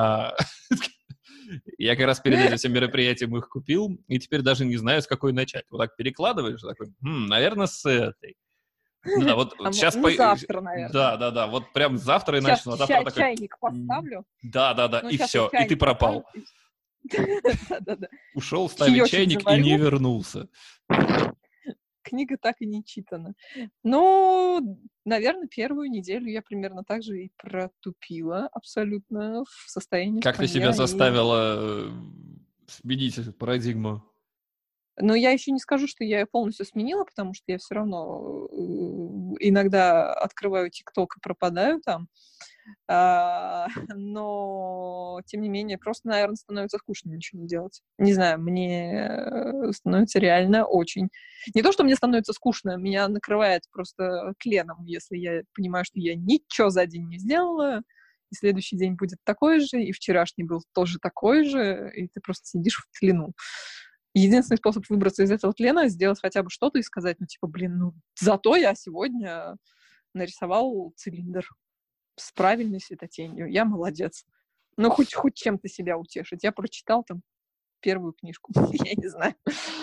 Speaker 1: Я как раз перед этим всем мероприятием их купил, и теперь даже не знаю, с какой начать. Вот так перекладываешь, такой, наверное, с этой. Ну да, вот сейчас...
Speaker 2: Завтра, наверное.
Speaker 1: Да, вот прям завтра и
Speaker 2: Сейчас
Speaker 1: начну, а завтра такой...
Speaker 2: чайник поставлю.
Speaker 1: Да, и
Speaker 2: Сейчас я
Speaker 1: все, и ты
Speaker 2: чайник
Speaker 1: пропал.
Speaker 2: поставлю. Да.
Speaker 1: Ушел ставить
Speaker 2: Чаечек
Speaker 1: чайник и не
Speaker 2: заварю.
Speaker 1: вернулся.
Speaker 2: Книга так и не читана. Наверное, первую неделю я примерно так же и протупила абсолютно в состоянии
Speaker 1: Как ты себя
Speaker 2: сна.
Speaker 1: заставила сменить эту парадигму?
Speaker 2: Но я еще не скажу, что я ее полностью сменила, потому что я все равно иногда открываю ТикТок и пропадаю там. Но, тем не менее, просто, наверное, становится скучно ничего не делать. Не знаю, мне становится реально очень... Не то, что мне становится скучно, меня накрывает просто тленом, если я понимаю, что я ничего за день не сделала, и следующий день будет такой же, и вчерашний был тоже такой же, и ты просто сидишь в тлену. Единственный способ выбраться из этого тлена — сделать хотя бы что-то и сказать, зато я сегодня нарисовал цилиндр с правильной светотенью. Я молодец. Хоть чем-то себя утешить. Я прочитал там первую книжку. Я не знаю.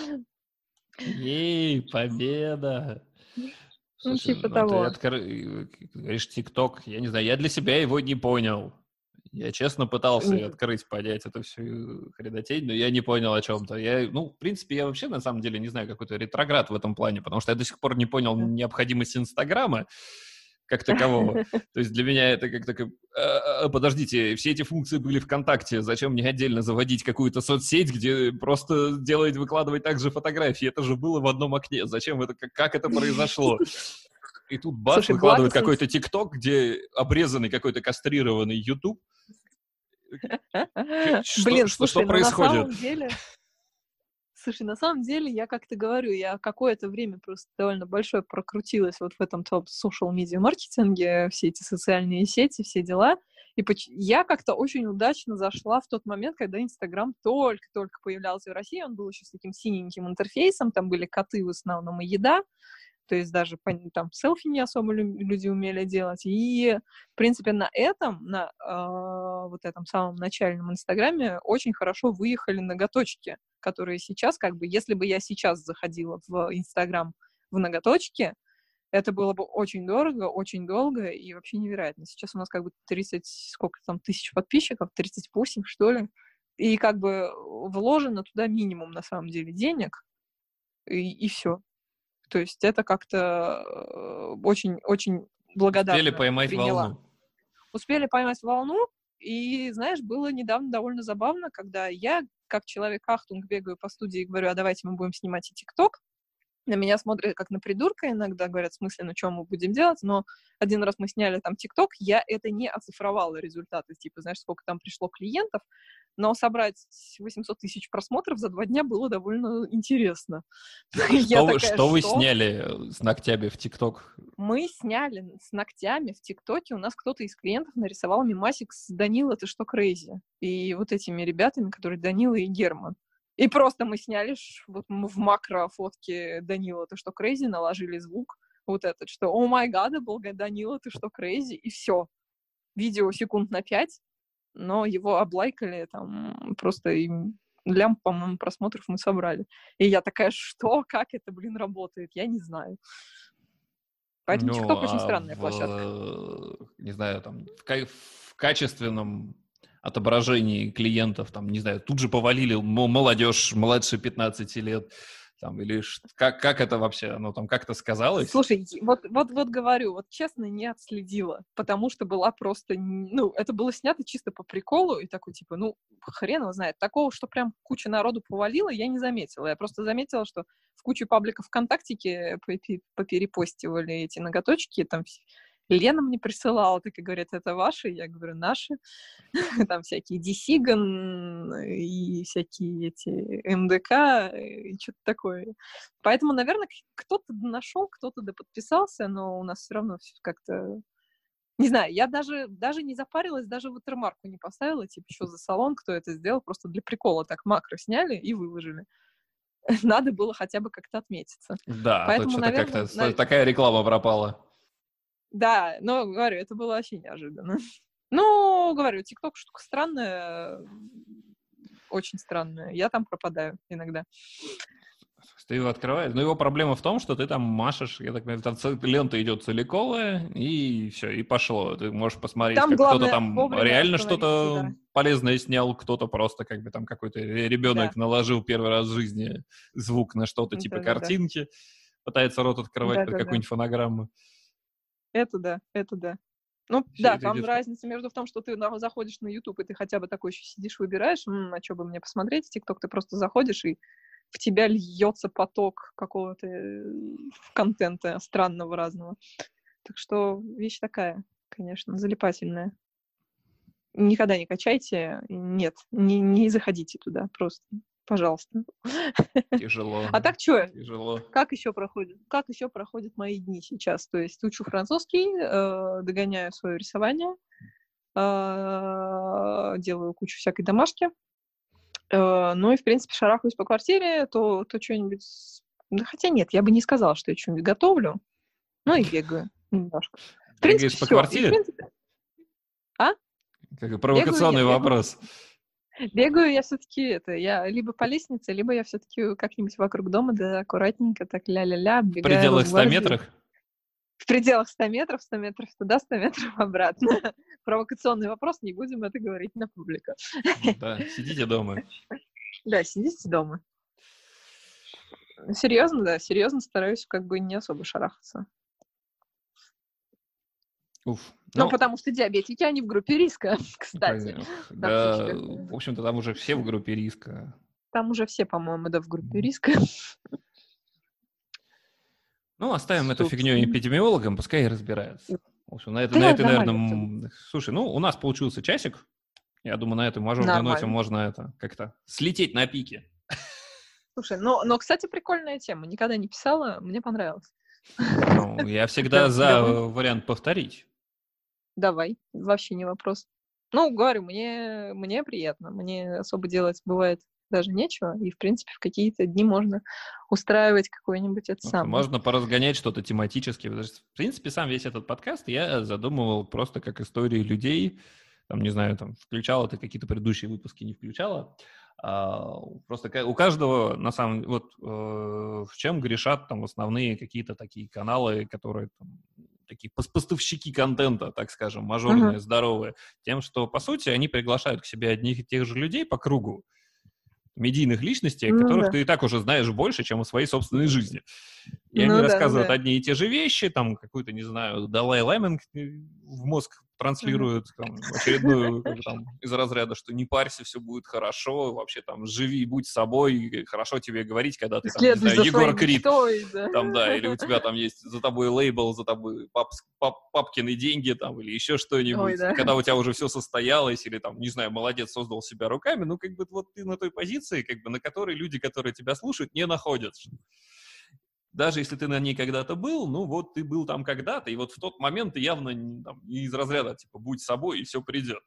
Speaker 1: Ей, победа!
Speaker 2: Ну,
Speaker 1: Слушай,
Speaker 2: типа
Speaker 1: ну ты
Speaker 2: того.
Speaker 1: говоришь, ТикТок, я не знаю, я для себя его не понял. Я честно пытался открыть, понять эту всю хренотень, но я не понял о чем-то. В принципе, я вообще на самом деле не знаю, какой-то ретроград в этом плане, потому что я до сих пор не понял необходимость Инстаграма как такового. То есть для меня это как такое... Подождите, все эти функции были ВКонтакте, зачем мне отдельно заводить какую-то соцсеть, где просто выкладывать также фотографии? Это же было в одном окне. Зачем это, как это произошло? И тут бац,
Speaker 2: Слушай,
Speaker 1: выкладывают какой-то ТикТок, где обрезанный какой-то кастрированный YouTube.
Speaker 2: Блин,
Speaker 1: Что
Speaker 2: слушай, ну на
Speaker 1: происходит?
Speaker 2: самом деле... Слушай, на самом деле, я как-то говорю, я какое-то время просто довольно большое прокрутилась вот в этом social-media-маркетинге, все эти социальные сети, все дела. И я как-то очень удачно зашла в тот момент, когда Инстаграм только-только появлялся в России. Он был еще с таким синеньким интерфейсом, там были коты в основном и еда. То есть даже там селфи не особо люди умели делать. И, в принципе, на вот этом самом начальном Инстаграме очень хорошо выехали ноготочки, которые сейчас, как бы, если бы я сейчас заходила в Инстаграм в ноготочки, это было бы очень дорого, очень долго и вообще невероятно. Сейчас у нас как бы 30, сколько там, тысяч подписчиков, 38, что ли. И как бы вложено туда минимум, на самом деле, денег, и все. То есть это как-то очень-очень благодарно
Speaker 1: Успели поймать
Speaker 2: приняла.
Speaker 1: волну.
Speaker 2: Успели поймать волну, и, знаешь, было недавно довольно забавно, когда я, как человек-ахтунг, бегаю по студии и говорю, а давайте мы будем снимать и ТикТок. На меня смотрят как на придурка, иногда говорят, в смысле, ну что мы будем делать, но один раз мы сняли там ТикТок, я это не оцифровала результаты, типа, знаешь, сколько там пришло клиентов, но собрать 800 тысяч просмотров за 2 дня было довольно интересно.
Speaker 1: Что вы сняли с ногтями в ТикТок?
Speaker 2: Мы сняли с ногтями в ТикТоке, у нас кто-то из клиентов нарисовал мемасик с «Данила, ты что, crazy?» И вот этими ребятами, которые Данила и Герман. И просто мы сняли вот в макро фотке «Данила, ты что, crazy?» наложили звук вот этот, что «О май гад, был Данила, ты что, crazy?» И все. Видео секунд на 5, но его облайкали там просто лямп, по-моему, просмотров мы собрали. И я такая, что? Как это, работает? Я не знаю. Поэтому TikTok очень странная площадка.
Speaker 1: Не знаю, там, в качественном отображении клиентов, там, не знаю, тут же повалили молодежь младше 15 лет, там, или как это вообще, оно там как-то сказалось?
Speaker 2: Слушай, вот говорю, вот честно, не отследила, потому что была просто, это было снято чисто по приколу, и такой, типа, хрен его знает. Такого, что прям куча народу повалила, я не заметила. Я просто заметила, что в кучу пабликов ВКонтактике поперепостивали эти ноготочки, там Лена мне присылала, так и говорят, это ваши? Я говорю, наши. Там всякие Дисиган и всякие эти МДК и что-то такое. Поэтому, наверное, кто-то нашел, кто-то подписался, но у нас все равно все как-то... Не знаю, я даже не запарилась, даже watermark'у не поставила, типа, что за салон, кто это сделал, просто для прикола так макро сняли и выложили. Надо было хотя бы как-то отметиться.
Speaker 1: Да,
Speaker 2: поэтому,
Speaker 1: что-то
Speaker 2: наверное,
Speaker 1: как-то такая реклама пропала.
Speaker 2: Да, но, говорю, это было вообще неожиданно. Ну, говорю, ТикТок штука странная, очень странная. Я там пропадаю иногда.
Speaker 1: Ты его открываешь, но его проблема в том, что ты там машешь, я так понимаю, там лента идет целиковая, и все, и пошло. Ты можешь посмотреть,
Speaker 2: Там
Speaker 1: как
Speaker 2: главное
Speaker 1: кто-то там реально что-то
Speaker 2: да.
Speaker 1: полезное снял, кто-то просто как бы там какой-то ребенок наложил первый раз в жизни звук на что-то типа картинки, пытается рот открывать под какую-нибудь фонограмму.
Speaker 2: Это да. Ну, все да, там разница в том, что ты заходишь на YouTube, и ты хотя бы такой еще сидишь, выбираешь, а что бы мне посмотреть, в TikTok ты просто заходишь, и в тебя льется поток какого-то контента странного разного. Так что вещь такая, конечно, залипательная. Никогда не качайте, нет, не заходите туда, просто, пожалуйста.
Speaker 1: Тяжело.
Speaker 2: А так что?
Speaker 1: Тяжело.
Speaker 2: Как еще проходят мои дни сейчас? То есть учу французский, догоняю свое рисование, делаю кучу всякой домашки. Ну и, в принципе, шарахаюсь по квартире, то что-нибудь... Да, хотя нет, я бы не сказала, что я что-нибудь готовлю. Ну и бегаю немножко. В принципе,
Speaker 1: бегаешь по квартире?
Speaker 2: А?
Speaker 1: Как провокационный вопрос.
Speaker 2: Бегаю я все-таки я либо по лестнице, либо я все-таки как-нибудь вокруг дома, да, аккуратненько, так ля-ля-ля,
Speaker 1: В
Speaker 2: бегаю
Speaker 1: пределах 100
Speaker 2: Росгвардии.
Speaker 1: метрах?
Speaker 2: В пределах 100 метров, 100 метров туда, 100 метров обратно. Провокационный вопрос, не будем это говорить на публику.
Speaker 1: Да, сидите дома.
Speaker 2: Да, сидите дома. Серьезно, да, серьезно стараюсь как бы не особо шарахаться.
Speaker 1: Уф.
Speaker 2: Ну, потому что диабетики, они в группе риска, кстати.
Speaker 1: Да, в общем-то, там уже все в группе риска.
Speaker 2: Там уже все, по-моему, да, в группе риска.
Speaker 1: Ну, оставим эту фигню эпидемиологам, пускай и разбираются. В общем, на этой, наверное... Слушай, ну, у нас получился часик. Я думаю, на этой мажорной ноте можно как-то слететь на пике.
Speaker 2: Слушай, но, кстати, прикольная тема. Никогда не писала, мне понравилось.
Speaker 1: Ну, я всегда за вариант повторить.
Speaker 2: Давай, вообще не вопрос. Ну, говорю, мне приятно. Мне особо делать бывает даже нечего. И, в принципе, в какие-то дни можно устраивать какой-нибудь самое.
Speaker 1: Можно поразгонять что-то тематически. В принципе, сам весь этот подкаст я задумывал просто как истории людей. Там, не знаю, там, включала ты какие-то предыдущие выпуски, не включала. Просто у каждого, на самом деле, вот в чем грешат там основные какие-то такие каналы, которые там, такие поставщики контента, так скажем, мажорные, здоровые, тем, что, по сути, они приглашают к себе одних и тех же людей по кругу, медийных личностей, о которых ты и так уже знаешь больше, чем о своей собственной жизни. И они рассказывают одни и те же вещи, там, какой-то, не знаю, Далай-Ламен в мозг транслирует там, очередную там, из разряда, что не парься, все будет хорошо, вообще там живи, будь собой, хорошо тебе говорить, когда ты там, не знаю, Егор Крид, там, да, или у тебя там есть за тобой лейбл, за тобой папкины деньги, там, или еще что-нибудь, когда у тебя уже все состоялось, или там, не знаю, молодец, создал себя руками, ну, как бы вот ты на той позиции, как бы, на которой люди, которые тебя слушают, не находятся. Даже если ты на ней когда-то был, ну вот ты был там когда-то, и вот в тот момент ты явно там, не из разряда, типа, будь собой, и все придет.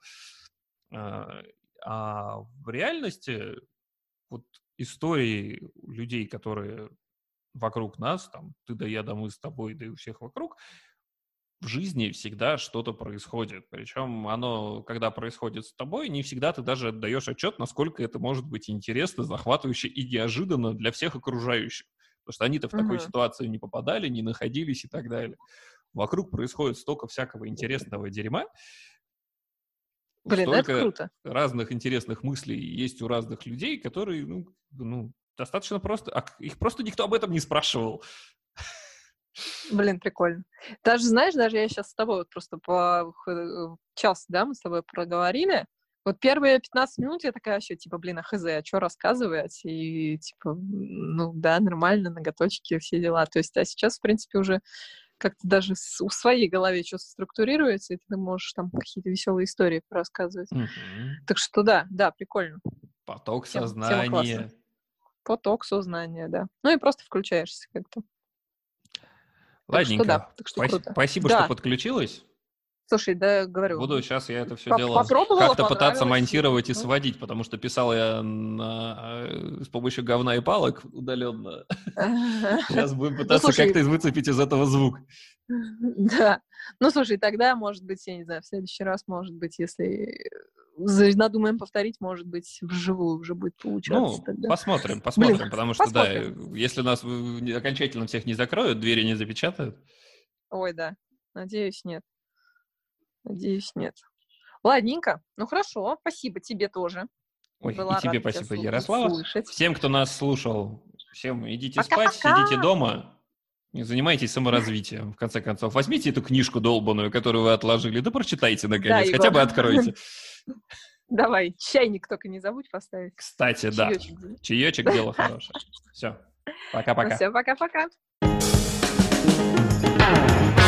Speaker 1: А в реальности вот истории людей, которые вокруг нас, там, ты да я, да мы с тобой, да и у всех вокруг, в жизни всегда что-то происходит. Причем оно, когда происходит с тобой, не всегда ты даже отдаешь отчет, насколько это может быть интересно, захватывающе и неожиданно для всех окружающих. Потому что они-то в такой ситуации не попадали, не находились и так далее. Вокруг происходит столько всякого интересного дерьма.
Speaker 2: Блин,
Speaker 1: столько
Speaker 2: это круто.
Speaker 1: Разных интересных мыслей есть у разных людей, которые, ну, достаточно просто... их просто никто об этом не спрашивал.
Speaker 2: Блин, прикольно. Даже, знаешь, даже я сейчас с тобой вот просто по час, да, мы с тобой проговорили. Вот первые 15 минут я такая еще, типа, блин, хз, а что рассказывать? И, типа, ну, да, нормально, ноготочки, все дела. То есть, а сейчас, в принципе, уже как-то даже в своей голове что-то структурируется, и ты можешь там какие-то веселые истории рассказывать. Так что да, прикольно.
Speaker 1: Поток сознания.
Speaker 2: Поток сознания, да. Ну и просто включаешься как-то.
Speaker 1: Ладненько.
Speaker 2: Так что круто.
Speaker 1: Спасибо, что подключилась.
Speaker 2: Слушай, да, говорю.
Speaker 1: Буду сейчас я это все дело как-то пытаться монтировать и сводить, потому что писал я с помощью говна и палок удаленно. Сейчас будем пытаться как-то выцепить из этого звук.
Speaker 2: Да. Ну, слушай, тогда, может быть, я не знаю, в следующий раз, может быть, если надумаем повторить, может быть, вживую уже будет получаться.
Speaker 1: Ну, тогда. Посмотрим, потому что, да, если нас окончательно всех не закроют, двери не запечатают.
Speaker 2: Ой, да, надеюсь, нет. Ладненько. Ну, хорошо. Спасибо тебе тоже.
Speaker 1: Ой, и тебе спасибо, Ярослава. Всем, кто нас слушал, всем идите спать, сидите дома, не занимайтесь саморазвитием. В конце концов, возьмите эту книжку долбаную, которую вы отложили, да прочитайте, наконец, да, хотя бы откройте.
Speaker 2: Давай, чайник только не забудь поставить.
Speaker 1: Кстати, да. Чаечек дело хорошее. Все. Пока-пока.
Speaker 2: Все, пока-пока.